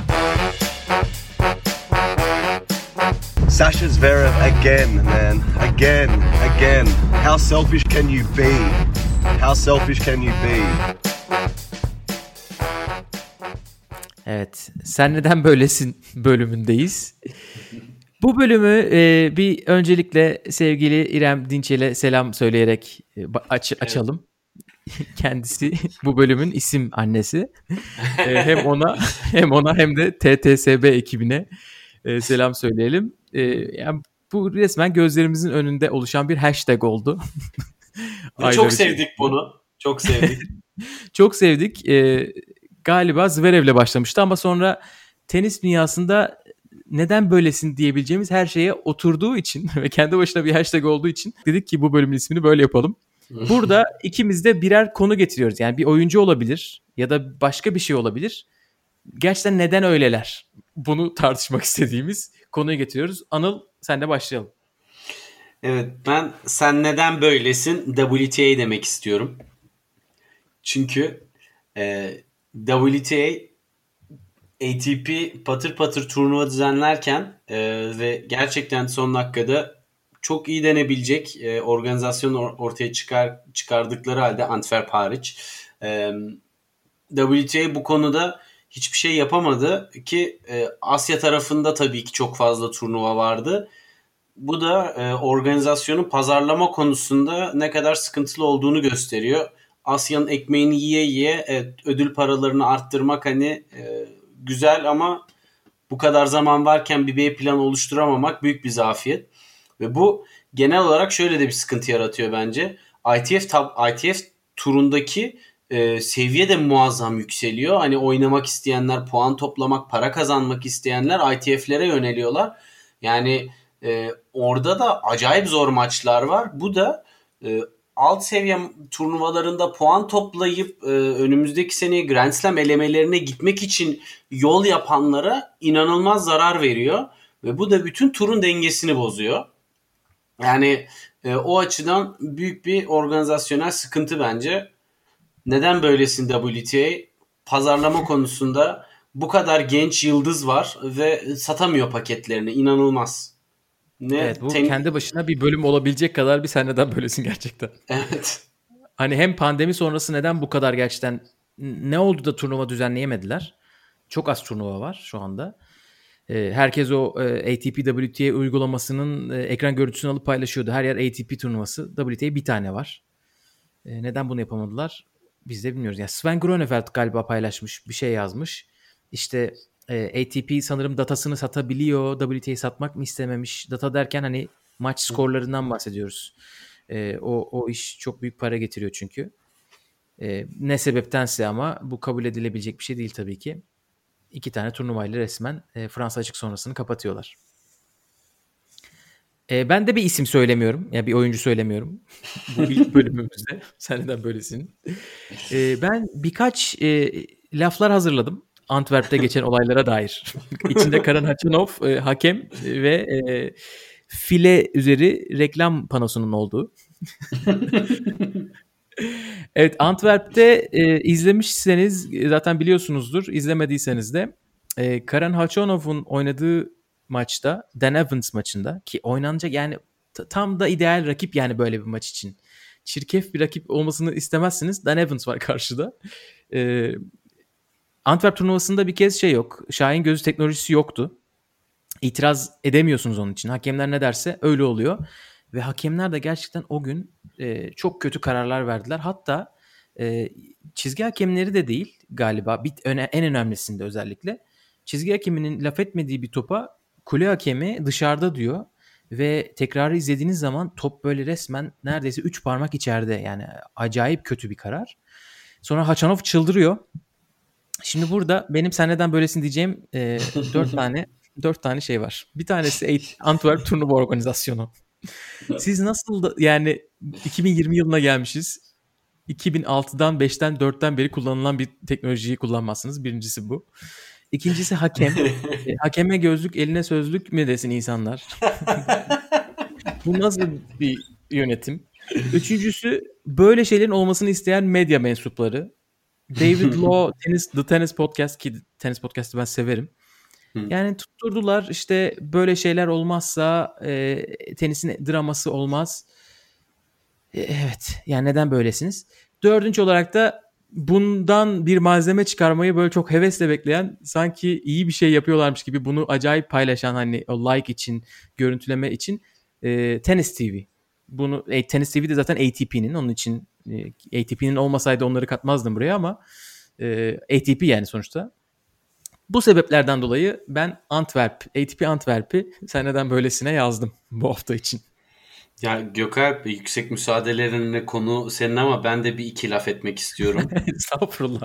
Sasha Zverev again, man. Again, again. How selfish can you be? How selfish can you be? Evet, sen neden böylesin bölümündeyiz. Bu bölümü e, bir öncelikle sevgili İrem Dinçel'e selam söyleyerek e, aç, açalım. Evet. Kendisi bu bölümün isim annesi. e, hem ona hem ona hem de T T S B ekibine e, selam söyleyelim. E, yani bu resmen gözlerimizin önünde oluşan bir hashtag oldu. Çok sevdik bunu. Çok sevdik. Çok sevdik. E, galiba Zverev'le başlamıştı ama sonra tenis dünyasında neden böylesin diyebileceğimiz her şeye oturduğu için ve kendi başına bir hashtag olduğu için dedik ki bu bölümün ismini böyle yapalım. Burada ikimiz de birer konu getiriyoruz. Yani bir oyuncu olabilir ya da başka bir şey olabilir. Gerçekten neden öyleler? Bunu tartışmak istediğimiz konuyu getiriyoruz. Anıl, senle başlayalım. Evet, ben sen neden böylesin W T A demek istiyorum. Çünkü e, W T A A T P patır patır turnuva düzenlerken e, ve gerçekten son dakikada çok iyi denebilecek e, organizasyon or- ortaya çıkar çıkardıkları halde Antwerp hariç e, W T A bu konuda hiçbir şey yapamadı ki e, Asya tarafında tabii ki çok fazla turnuva vardı. Bu da e, organizasyonun pazarlama konusunda ne kadar sıkıntılı olduğunu gösteriyor. Asya'nın ekmeğini yiye yiye evet, ödül paralarını arttırmak hani e, güzel ama bu kadar zaman varken bir B plan oluşturamamak büyük bir zafiyet. Ve bu genel olarak şöyle de bir sıkıntı yaratıyor bence. I T F tab- I T F turundaki e, seviye de muazzam yükseliyor. Hani oynamak isteyenler, puan toplamak, para kazanmak isteyenler I T F'lere yöneliyorlar. Yani e, orada da acayip zor maçlar var. Bu da e, alt seviye turnuvalarında puan toplayıp e, önümüzdeki seneye Grand Slam elemelerine gitmek için yol yapanlara inanılmaz zarar veriyor. Ve bu da bütün turun dengesini bozuyor. Yani e, o açıdan büyük bir organizasyonel sıkıntı bence. Neden böylesin W T A? Pazarlama konusunda bu kadar genç yıldız var ve satamıyor paketlerini. İnanılmaz. Ne Evet, bu ten- kendi başına bir bölüm olabilecek kadar bir sen neden böylesin gerçekten. Evet. Hani hem pandemi sonrası neden bu kadar gerçekten ne oldu da turnuva düzenleyemediler? Çok az turnuva var şu anda. Ee, herkes o e, A T P W T A uygulamasının e, ekran görüntüsünü alıp paylaşıyordu. Her yer A T P turnuvası. W T A bir tane var. E, neden bunu yapamadılar? Biz de bilmiyoruz. Yani Sven Groeneveld galiba paylaşmış, bir şey yazmış. İşte e, A T P sanırım datasını satabiliyor. W T A satmak mı istememiş? Data derken hani maç skorlarından bahsediyoruz. E, o o iş çok büyük para getiriyor çünkü. E, ne sebeptense ama bu kabul edilebilecek bir şey değil tabii ki. İki tane turnuvayla resmen e, Fransa açık sonrasını kapatıyorlar. E, ben de bir isim söylemiyorum. Ya yani bir oyuncu söylemiyorum. Bu ilk bölümümüzde. Sen neden böylesin? E, ben birkaç e, laflar hazırladım. Antwerp'te geçen olaylara dair. İçinde Karan Haçanov e, hakem ve e, file üzeri reklam panosunun olduğu. Evet, Antwerp'te e, izlemişseniz zaten biliyorsunuzdur. İzlemediyseniz de e, Karan Haçanov'un oynadığı maçta, Dan Evans maçında ki oynanacak yani t- tam da ideal rakip yani böyle bir maç için. Çirkef bir rakip olmasını istemezsiniz. Dan Evans var karşıda. E, Antwerp turnuvasında bir kez şey yok. Şahin gözü teknolojisi yoktu. İtiraz edemiyorsunuz onun için. Hakemler ne derse öyle oluyor. Ve hakemler de gerçekten o gün e, çok kötü kararlar verdiler. Hatta e, çizgi hakemleri de değil galiba. Bir, öne, en önemlisinde özellikle. Çizgi hakeminin laf etmediği bir topa kule hakemi dışarıda diyor. Ve tekrarı izlediğiniz zaman top böyle resmen neredeyse üç parmak içeride. Yani acayip kötü bir karar. Sonra Haçanov çıldırıyor. Şimdi burada benim sen neden böylesin diyeceğim e, dört tane dört tane şey var. Bir tanesi Antwerp turnuva organizasyonu. Siz nasıl da, yani iki bin yirmi yılına gelmişiz. iki bin altıdan beşten dörtten beri kullanılan bir teknolojiyi kullanmazsınız. Birincisi bu. İkincisi hakem. e, hakeme gözlük, eline sözlük mü desin insanlar? Bu nasıl bir yönetim? Üçüncüsü böyle şeylerin olmasını isteyen medya mensupları. David Law, tenis, The Tennis Podcast ki Tennis Podcast'ı ben severim. Yani tutturdular işte böyle şeyler olmazsa e, tenisin draması olmaz. E, evet yani neden böylesiniz? Dördüncü olarak da bundan bir malzeme çıkarmayı böyle çok hevesle bekleyen sanki iyi bir şey yapıyorlarmış gibi bunu acayip paylaşan hani o like için, görüntüleme için e, Tennis T V. Bunu e, Tennis T V de zaten A T P'nin onun için e, A T P'nin olmasaydı onları katmazdım buraya ama e, A T P yani sonuçta. Bu sebeplerden dolayı ben Antwerp, A T P Antwerp'i sen neden böylesine yazdım bu hafta için. Ya Gökalp, yüksek müsaadelerinle konu senin ama ben de bir iki laf etmek istiyorum. Estağfurullah.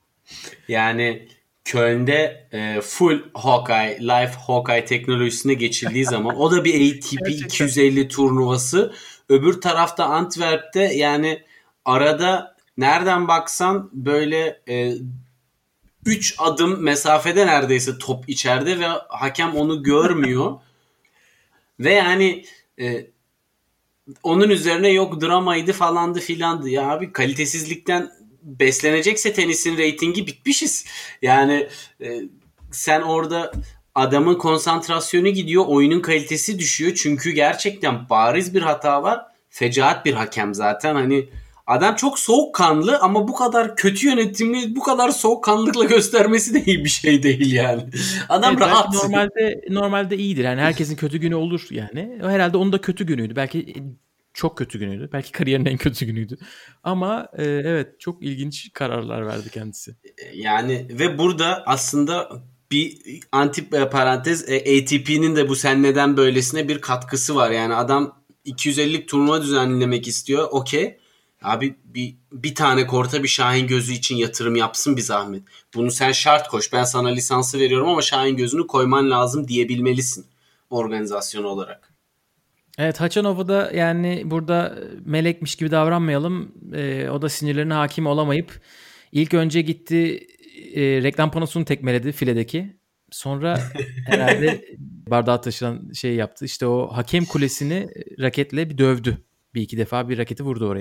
Yani Köln'de e, full Hawkeye, Live Hawkeye teknolojisine geçildiği zaman o da bir A T P iki yüz elli turnuvası. Öbür tarafta Antwerp'te yani arada nereden baksan böyle e, üç adım mesafede neredeyse top içeride ve hakem onu görmüyor. Ve yani e, onun üzerine yok dramaydı falandı filandı. Ya abi kalitesizlikten beslenecekse tenisin reytingi bitmişiz. Yani e, sen orada adamın konsantrasyonu gidiyor, oyunun kalitesi düşüyor. Çünkü gerçekten bariz bir hata var. Fecaat bir hakem zaten. Hani adam çok soğukkanlı ama bu kadar kötü yönetimi bu kadar soğukkanlılıkla göstermesi de iyi bir şey değil yani. Adam evet, rahat. Normalde normalde iyidir. Yani herkesin kötü günü olur yani. Herhalde onun da kötü günüydü. Belki çok kötü günüydü. Belki kariyerinin en kötü günüydü. Ama e, evet çok ilginç kararlar verdi kendisi. Yani ve burada aslında bir anti parantez A T P'nin de bu sen neden böylesine bir katkısı var. Yani adam iki yüz ellilik turnuva düzenlemek istiyor. Okey. Abi bir, bir tane korta bir Şahin Gözü için yatırım yapsın bir zahmet. Bunu sen şart koş. Ben sana lisansı veriyorum ama Şahin Gözü'nü koyman lazım diyebilmelisin organizasyon olarak. Evet Haçanov'a da yani burada melekmiş gibi davranmayalım. E, o da sinirlerine hakim olamayıp ilk önce gitti e, reklam panosunu tekmeledi filedeki. Sonra herhalde bardağı taşıran şey yaptı. İşte o hakem kulesini raketle bir dövdü. Bir iki defa bir raketi vurdu oraya.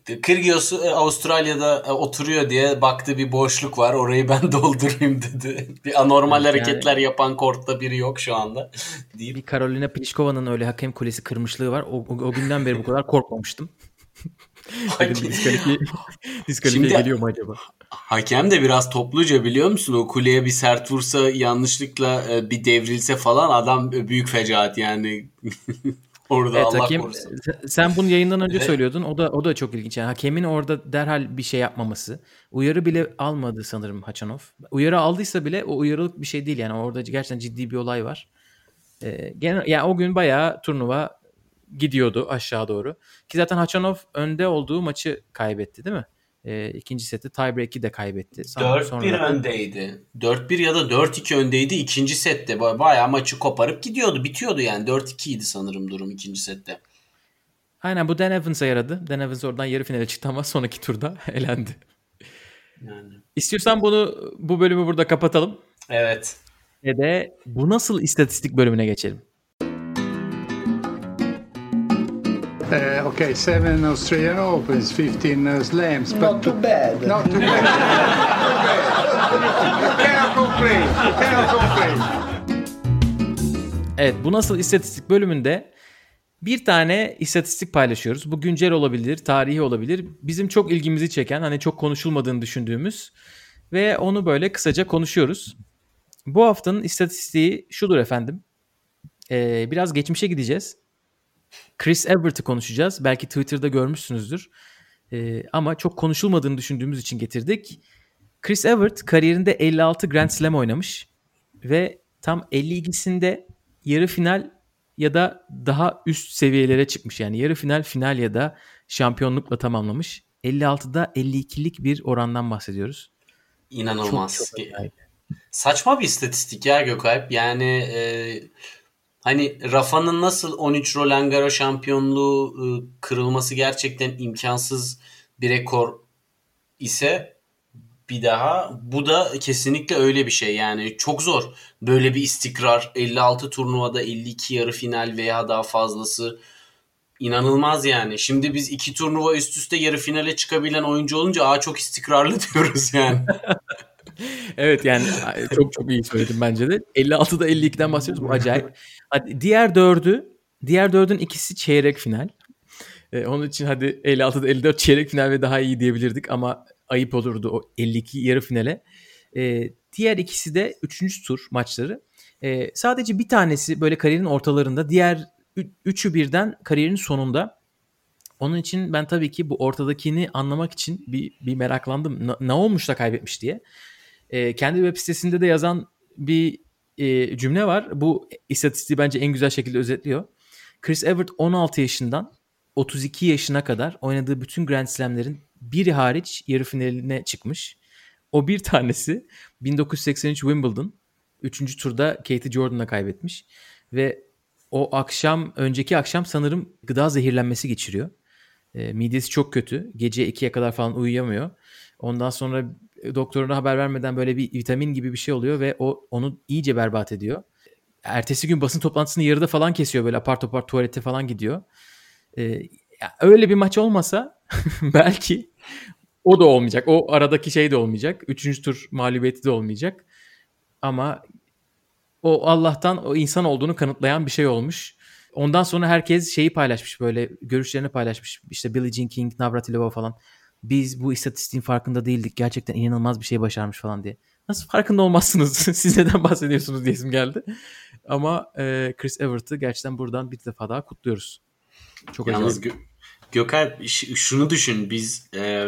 Kyrgios Avustralya'da oturuyor diye baktı bir boşluk var. Orayı ben doldurayım dedi. Bir anormal yani, hareketler yapan kortta biri yok şu anda. Deyip. Bir Karolina Pliškova'nın öyle hakem kulesi kırmışlığı var. O, o, o günden beri bu kadar korkmamıştım. Dedim diskalifiye, diskalifiye geliyor mu acaba? Hakem de biraz topluca biliyor musun? O kuleye bir sert vursa yanlışlıkla bir devrilse falan adam büyük fecaat yani. Orada evet, Allah hakem, korusun. Sen bunu yayından önce evet. söylüyordun. O da o da çok ilginç. Yani hakemin orada derhal bir şey yapmaması. Uyarı bile almadı sanırım Hachanov. Uyarı aldıysa bile o uyarılık bir şey değil yani. Orada gerçekten ciddi bir olay var. Ee, genel, yani o gün bayağı turnuva gidiyordu aşağı doğru. Ki zaten Hachanov önde olduğu maçı kaybetti değil mi? E, ikinci seti tiebreak'i de kaybetti. dört bir öndeydi. dört bir ya da dört iki öndeydi ikinci sette. Bayağı maçı koparıp gidiyordu. Bitiyordu yani. dört ikiydi sanırım durum ikinci sette. Aynen bu Dan Evans'a yaradı. Dan Evans oradan yarı finale çıktı ama sonraki turda elendi. Yani. İstiyorsan bunu bu bölümü burada kapatalım. Evet. Ve de bu nasıl istatistik bölümüne geçelim. Uh, okay, seven Australian Opens, fifteen uh, slams. Not but too bad. Not too bad. You cannot complain. You cannot complain. Evet, bu nasıl istatistik bölümünde bir tane istatistik paylaşıyoruz. Bu güncel olabilir, tarihi olabilir. Bizim çok ilgimizi çeken, hani çok konuşulmadığını düşündüğümüz ve onu böyle kısaca konuşuyoruz. Bu haftanın istatistiği şudur efendim. Ee, biraz geçmişe gideceğiz. Chris Evert'ı konuşacağız. Belki Twitter'da görmüşsünüzdür. Ee, ama çok konuşulmadığını düşündüğümüz için getirdik. Chris Evert kariyerinde elli altı Grand Slam oynamış ve tam elli ikisinde yarı final ya da daha üst seviyelere çıkmış. Yani yarı final, final ya da şampiyonlukla tamamlamış. elli altıda elli ikilik bir orandan bahsediyoruz. İnanılmaz. Çok, çok saçma bir istatistik ya Gökalp. Yani e, hani Rafa'nın nasıl on üç Roland Garros şampiyonluğu e, kırılması gerçekten imkansız bir rekor ise bir daha bu da kesinlikle öyle bir şey. Yani çok zor. Böyle bir istikrar elli altı turnuvada elli iki yarı final veya daha fazlası inanılmaz yani. Şimdi biz iki turnuva üst üste yarı finale çıkabilen oyuncu olunca aa çok istikrarlı diyoruz yani. Evet yani çok çok iyi söyledim bence de. elli altıda elli ikiden bahsediyoruz. Bu acayip. Hadi diğer dördü, diğer dördün ikisi çeyrek final. Ee, onun için hadi elli altıda elli dört çeyrek final ve daha iyi diyebilirdik ama ayıp olurdu o elli iki yarı finale. Ee, diğer ikisi de üçüncü tur maçları. Ee, sadece bir tanesi böyle kariyerin ortalarında, diğer üçü birden kariyerin sonunda. Onun için ben tabii ki bu ortadakini anlamak için bir, bir meraklandım. Na, ne olmuş da kaybetmiş diye. Ee, kendi web sitesinde de yazan bir e, cümle var. Bu istatistiği bence en güzel şekilde özetliyor. Chris Evert on altı yaşından otuz iki yaşına kadar oynadığı bütün Grand Slam'lerin biri hariç yarı finaline çıkmış. O bir tanesi bin dokuz yüz seksen üç Wimbledon. Üçüncü turda Katie Jordan'la kaybetmiş. Ve o akşam, önceki akşam sanırım gıda zehirlenmesi geçiriyor. E, midesi çok kötü. Gece ikiye kadar falan uyuyamıyor. Ondan sonra doktoruna haber vermeden böyle bir vitamin gibi bir şey oluyor ve o onu iyice berbat ediyor. Ertesi gün basın toplantısını yarıda falan kesiyor, böyle apar topar tuvalete falan gidiyor. Ee, öyle bir maç olmasa belki o da olmayacak. O aradaki şey de olmayacak. Üçüncü tur mağlubiyeti de olmayacak. Ama o Allah'tan o insan olduğunu kanıtlayan bir şey olmuş. Ondan sonra herkes şeyi paylaşmış, böyle görüşlerini paylaşmış. İşte Billie Jean King, Navratilova falan. Biz bu istatistiğin farkında değildik. Gerçekten inanılmaz bir şey başarmış falan diye. Nasıl farkında olmazsınız? Siz neden bahsediyorsunuz diyesim geldi. Ama e, Chris Evert'ı gerçekten buradan bir defa daha kutluyoruz. Çok Yalnız acayip. Gö- Gökalp şunu düşün, biz e,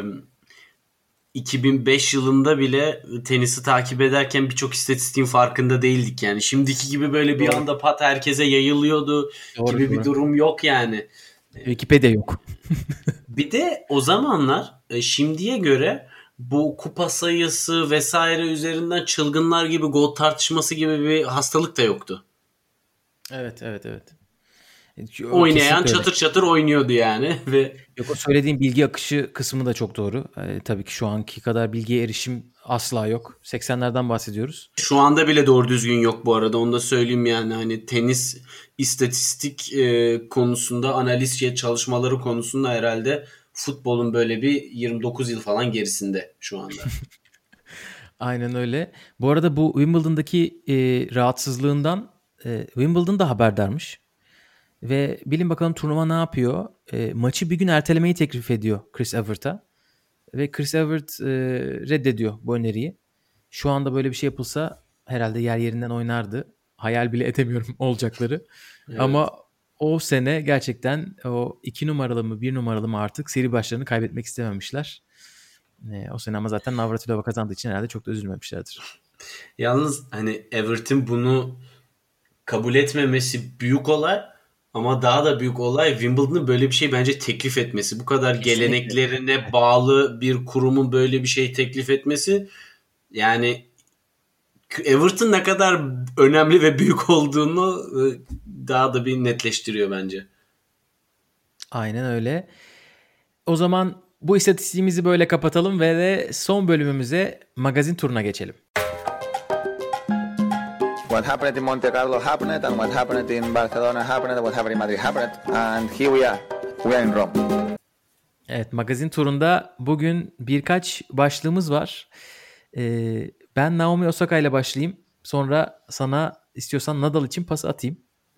iki bin beş yılında bile tenisi takip ederken birçok istatistiğin farkında değildik yani. Şimdiki gibi böyle bir Doğru. anda pat herkese yayılıyordu Doğru, gibi doğru. bir durum yok yani. Wikipedia yok. Bir de o zamanlar e, şimdiye göre bu kupa sayısı vesaire üzerinden çılgınlar gibi gol tartışması gibi bir hastalık da yoktu. Evet, evet, evet. Oynayan Kesinlikle çatır çatır oynuyordu yani ve yok, o söylediğim bilgi akışı kısmı da çok doğru. Ee, tabii ki şu anki kadar bilgiye erişim asla yok. seksenlerden bahsediyoruz. şu anda bile doğru düzgün yok bu arada, onu da söyleyeyim yani. Hani tenis istatistik e, konusunda, analiz şey, çalışmaları konusunda herhalde futbolun böyle bir yirmi dokuz yıl falan gerisinde şu anda. Aynen öyle. Bu arada bu Wimbledon'daki e, rahatsızlığından e, Wimbledon da haberdarmış. Ve bilin bakalım turnuva ne yapıyor? E, maçı bir gün ertelemeyi teklif ediyor Chris Evert'a. Ve Chris Evert e, reddediyor bu öneriyi. Şu anda böyle bir şey yapılsa herhalde yer yerinden oynardı. Hayal bile edemiyorum olacakları. Evet. Ama o sene gerçekten o iki numaralı mı bir numaralı mı artık seri başlarını kaybetmek istememişler. E, o sene ama zaten Navratilova kazandığı için herhalde çok da üzülmemişlerdir. Yalnız hani Evert'in bunu kabul etmemesi büyük olay. Ama daha da büyük olay Wimbledon'ın böyle bir şey bence teklif etmesi. Bu kadar kesinlikle geleneklerine bağlı bir kurumun böyle bir şey teklif etmesi. Yani Everton ne kadar önemli ve büyük olduğunu daha da bir netleştiriyor bence. Aynen öyle. O zaman bu istatistiğimizi böyle kapatalım ve de son bölümümüze magazin turuna geçelim. What happened in Monte Carlo happened, and what happened in Barcelona happened, what happened in Madrid happened, and here we are. We are in Rome. Evet, magazin turunda bugün birkaç başlığımız var. Ee, ben Naomi Osaka ile başlayayım. Sonra sana istiyorsan Nadal için pas atayım.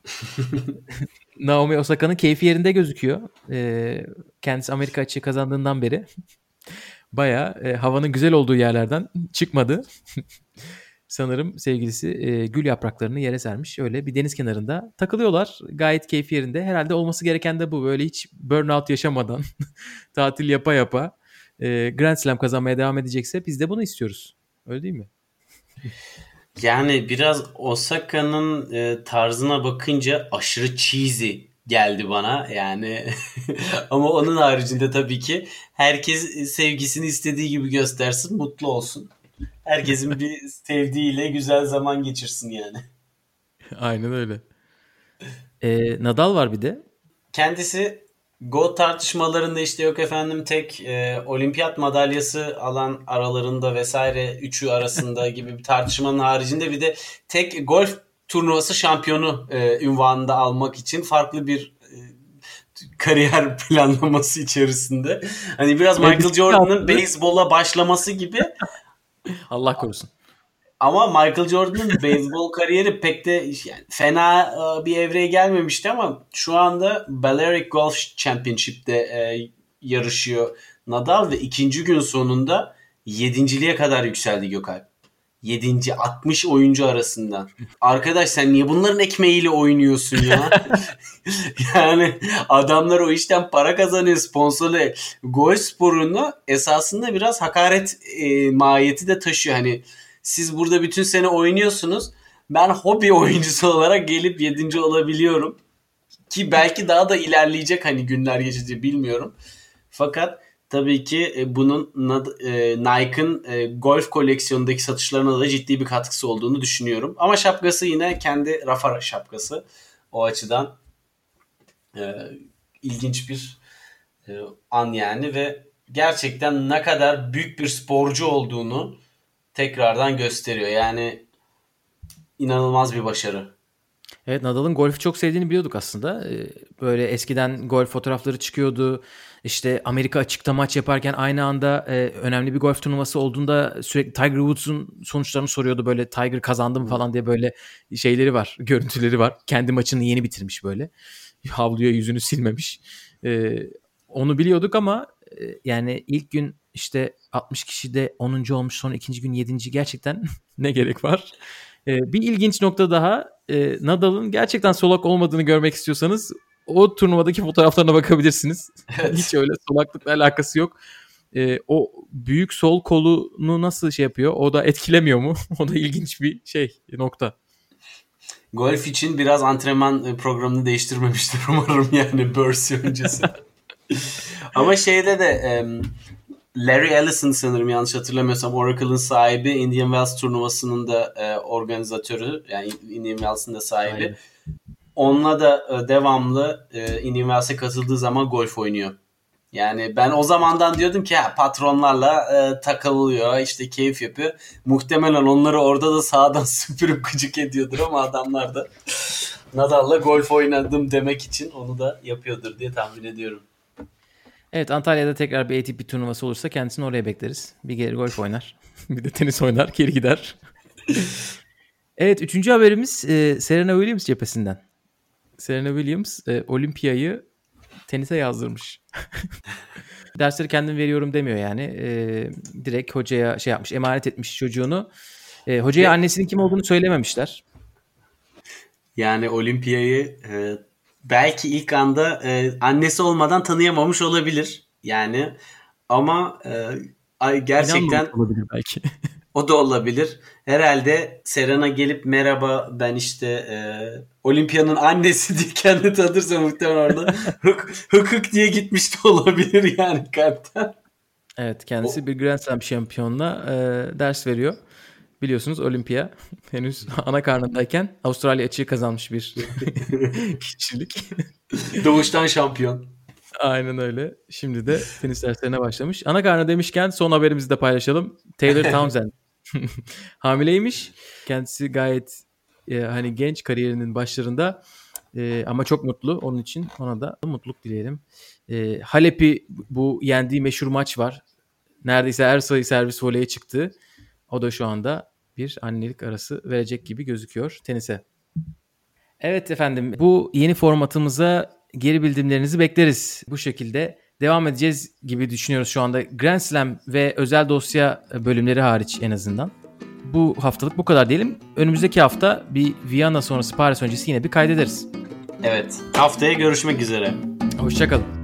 Naomi Osaka'nın keyfi yerinde gözüküyor. Ee, kendisi Amerika açığı kazandığından beri bayağı e, havanın güzel olduğu yerlerden çıkmadı. Sanırım sevgilisi e, gül yapraklarını yere sermiş. Öyle bir deniz kenarında takılıyorlar. Gayet keyfi yerinde. Herhalde olması gereken de bu. Böyle hiç burnout yaşamadan tatil yapa yapa e, Grand Slam kazanmaya devam edecekse biz de bunu istiyoruz. Öyle değil mi? Yani biraz Osaka'nın e, tarzına bakınca aşırı cheesy geldi bana. Yani ama onun haricinde tabii ki herkes sevgisini istediği gibi göstersin, mutlu olsun. Herkesin bir sevdiğiyle güzel zaman geçirsin yani. Aynen öyle. Ee, Nadal var bir de. Kendisi GOAT tartışmalarında işte yok efendim tek e, olimpiyat madalyası alan aralarında vesaire üçü arasında gibi bir tartışmanın haricinde bir de tek golf turnuvası şampiyonu e, ünvanını da almak için farklı bir e, kariyer planlaması içerisinde. Hani biraz Michael Jordan'ın beyzbola başlaması gibi. Allah korusun. Ama Michael Jordan'ın beyzbol kariyeri pek de yani fena bir evreye gelmemişti ama şu anda Balearic Golf Championship'te e, yarışıyor Nadal ve ikinci gün sonunda yedinciliğe kadar yükseldi Gökalp. Yedinci altmış oyuncu arasından. Arkadaş sen niye bunların ekmeğiyle oynuyorsun ya? Yani adamlar o işten para kazanıyor, sponsorlu. Golf sporunu esasında biraz hakaret e, mahiyeti de taşıyor. Hani siz burada bütün sene oynuyorsunuz. Ben hobi oyuncusu olarak gelip yedinci olabiliyorum. Ki belki daha da ilerleyecek hani günler geçince bilmiyorum. Fakat tabii ki bunun Nike'ın golf koleksiyonundaki satışlarına da ciddi bir katkısı olduğunu düşünüyorum. Ama şapkası yine kendi Rafa şapkası. O açıdan e, ilginç bir e, an yani ve gerçekten ne kadar büyük bir sporcu olduğunu tekrardan gösteriyor. Yani inanılmaz bir başarı. Evet, Nadal'ın golfü çok sevdiğini biliyorduk aslında. Böyle eskiden golf fotoğrafları çıkıyordu. İşte Amerika açıkta maç yaparken aynı anda önemli bir golf turnuvası olduğunda sürekli Tiger Woods'un sonuçlarını soruyordu. Böyle Tiger kazandı mı falan diye böyle şeyleri var, görüntüleri var. Kendi maçını yeni bitirmiş böyle. Havluya yüzünü silmemiş. Onu biliyorduk ama yani ilk gün işte altmış kişide onuncu olmuş, sonra ikinci gün yedinci gerçekten ne gerek var? Ee, bir ilginç nokta daha, e, Nadal'ın gerçekten solak olmadığını görmek istiyorsanız o turnuvadaki fotoğraflarına bakabilirsiniz. Evet. Hiç öyle solaklıkla alakası yok. Ee, o büyük sol kolunu nasıl şey yapıyor? O da etkilemiyor mu? O da ilginç bir şey, nokta. Golf için biraz antrenman programını değiştirmemiştir umarım yani Bursi öncesi. Ama şeyde de um, Larry Ellison sanırım yanlış hatırlamıyorsam Oracle'ın sahibi, Indian Wells turnuvasının da e, organizatörü, yani Indian Wells'ın da sahibi. Aynen. Onunla da e, devamlı e, Indian Wells'e katıldığı zaman golf oynuyor. Yani ben o zamandan diyordum ki ha, patronlarla e, takılıyor, işte keyif yapıyor. Muhtemelen onları orada da sağdan süpürüp gıcık ediyordur ama adamlar da Nadal'la golf oynadım demek için onu da yapıyordur diye tahmin ediyorum. Evet, Antalya'da tekrar bir A T P turnuvası olursa kendisini oraya bekleriz. Bir gelir golf oynar. Bir de tenis oynar. Geri gider. Evet, üçüncü haberimiz e, Serena Williams cephesinden. Serena Williams e, Olimpiyayı tenise yazdırmış. Dersleri kendim veriyorum demiyor yani. E, direkt hocaya şey yapmış, emanet etmiş çocuğunu. E, hocaya annesinin kim olduğunu söylememişler. Yani Olimpiyayı e, belki ilk anda e, annesi olmadan tanıyamamış olabilir. Yani ama e, gerçekten olabilir belki. O da olabilir. Herhalde Serena gelip merhaba ben işte e, Olimpiya'nın annesi diye kendi tanırsa muhtemelen orada hık, hık hık diye gitmiş de olabilir yani kalpten. Evet, kendisi o... bir Grand Slam şampiyonuna e, ders veriyor. Biliyorsunuz Olimpiya henüz ana karnındayken Avustralya açığı kazanmış bir kişilik. Doğuştan şampiyon. Aynen öyle. Şimdi de tenis derslerine başlamış. Ana karnı demişken son haberimizi de paylaşalım. Taylor Townsend hamileymiş. Kendisi gayet e, hani genç kariyerinin başlarında e, ama çok mutlu. Onun için ona da mutluluk dileyelim. E, Halep'i bu yendiği meşhur maç var. Neredeyse her sayı servis voleye çıktı. O da şu anda bir annelik arası verecek gibi gözüküyor tenise. Evet efendim, bu yeni formatımıza geri bildirimlerinizi bekleriz. Bu şekilde devam edeceğiz gibi düşünüyoruz şu anda. Grand Slam ve özel dosya bölümleri hariç en azından. Bu haftalık bu kadar diyelim. Önümüzdeki hafta bir Viyana sonrası Paris öncesi yine bir kaydederiz. Evet, haftaya görüşmek üzere. Hoşça kalın.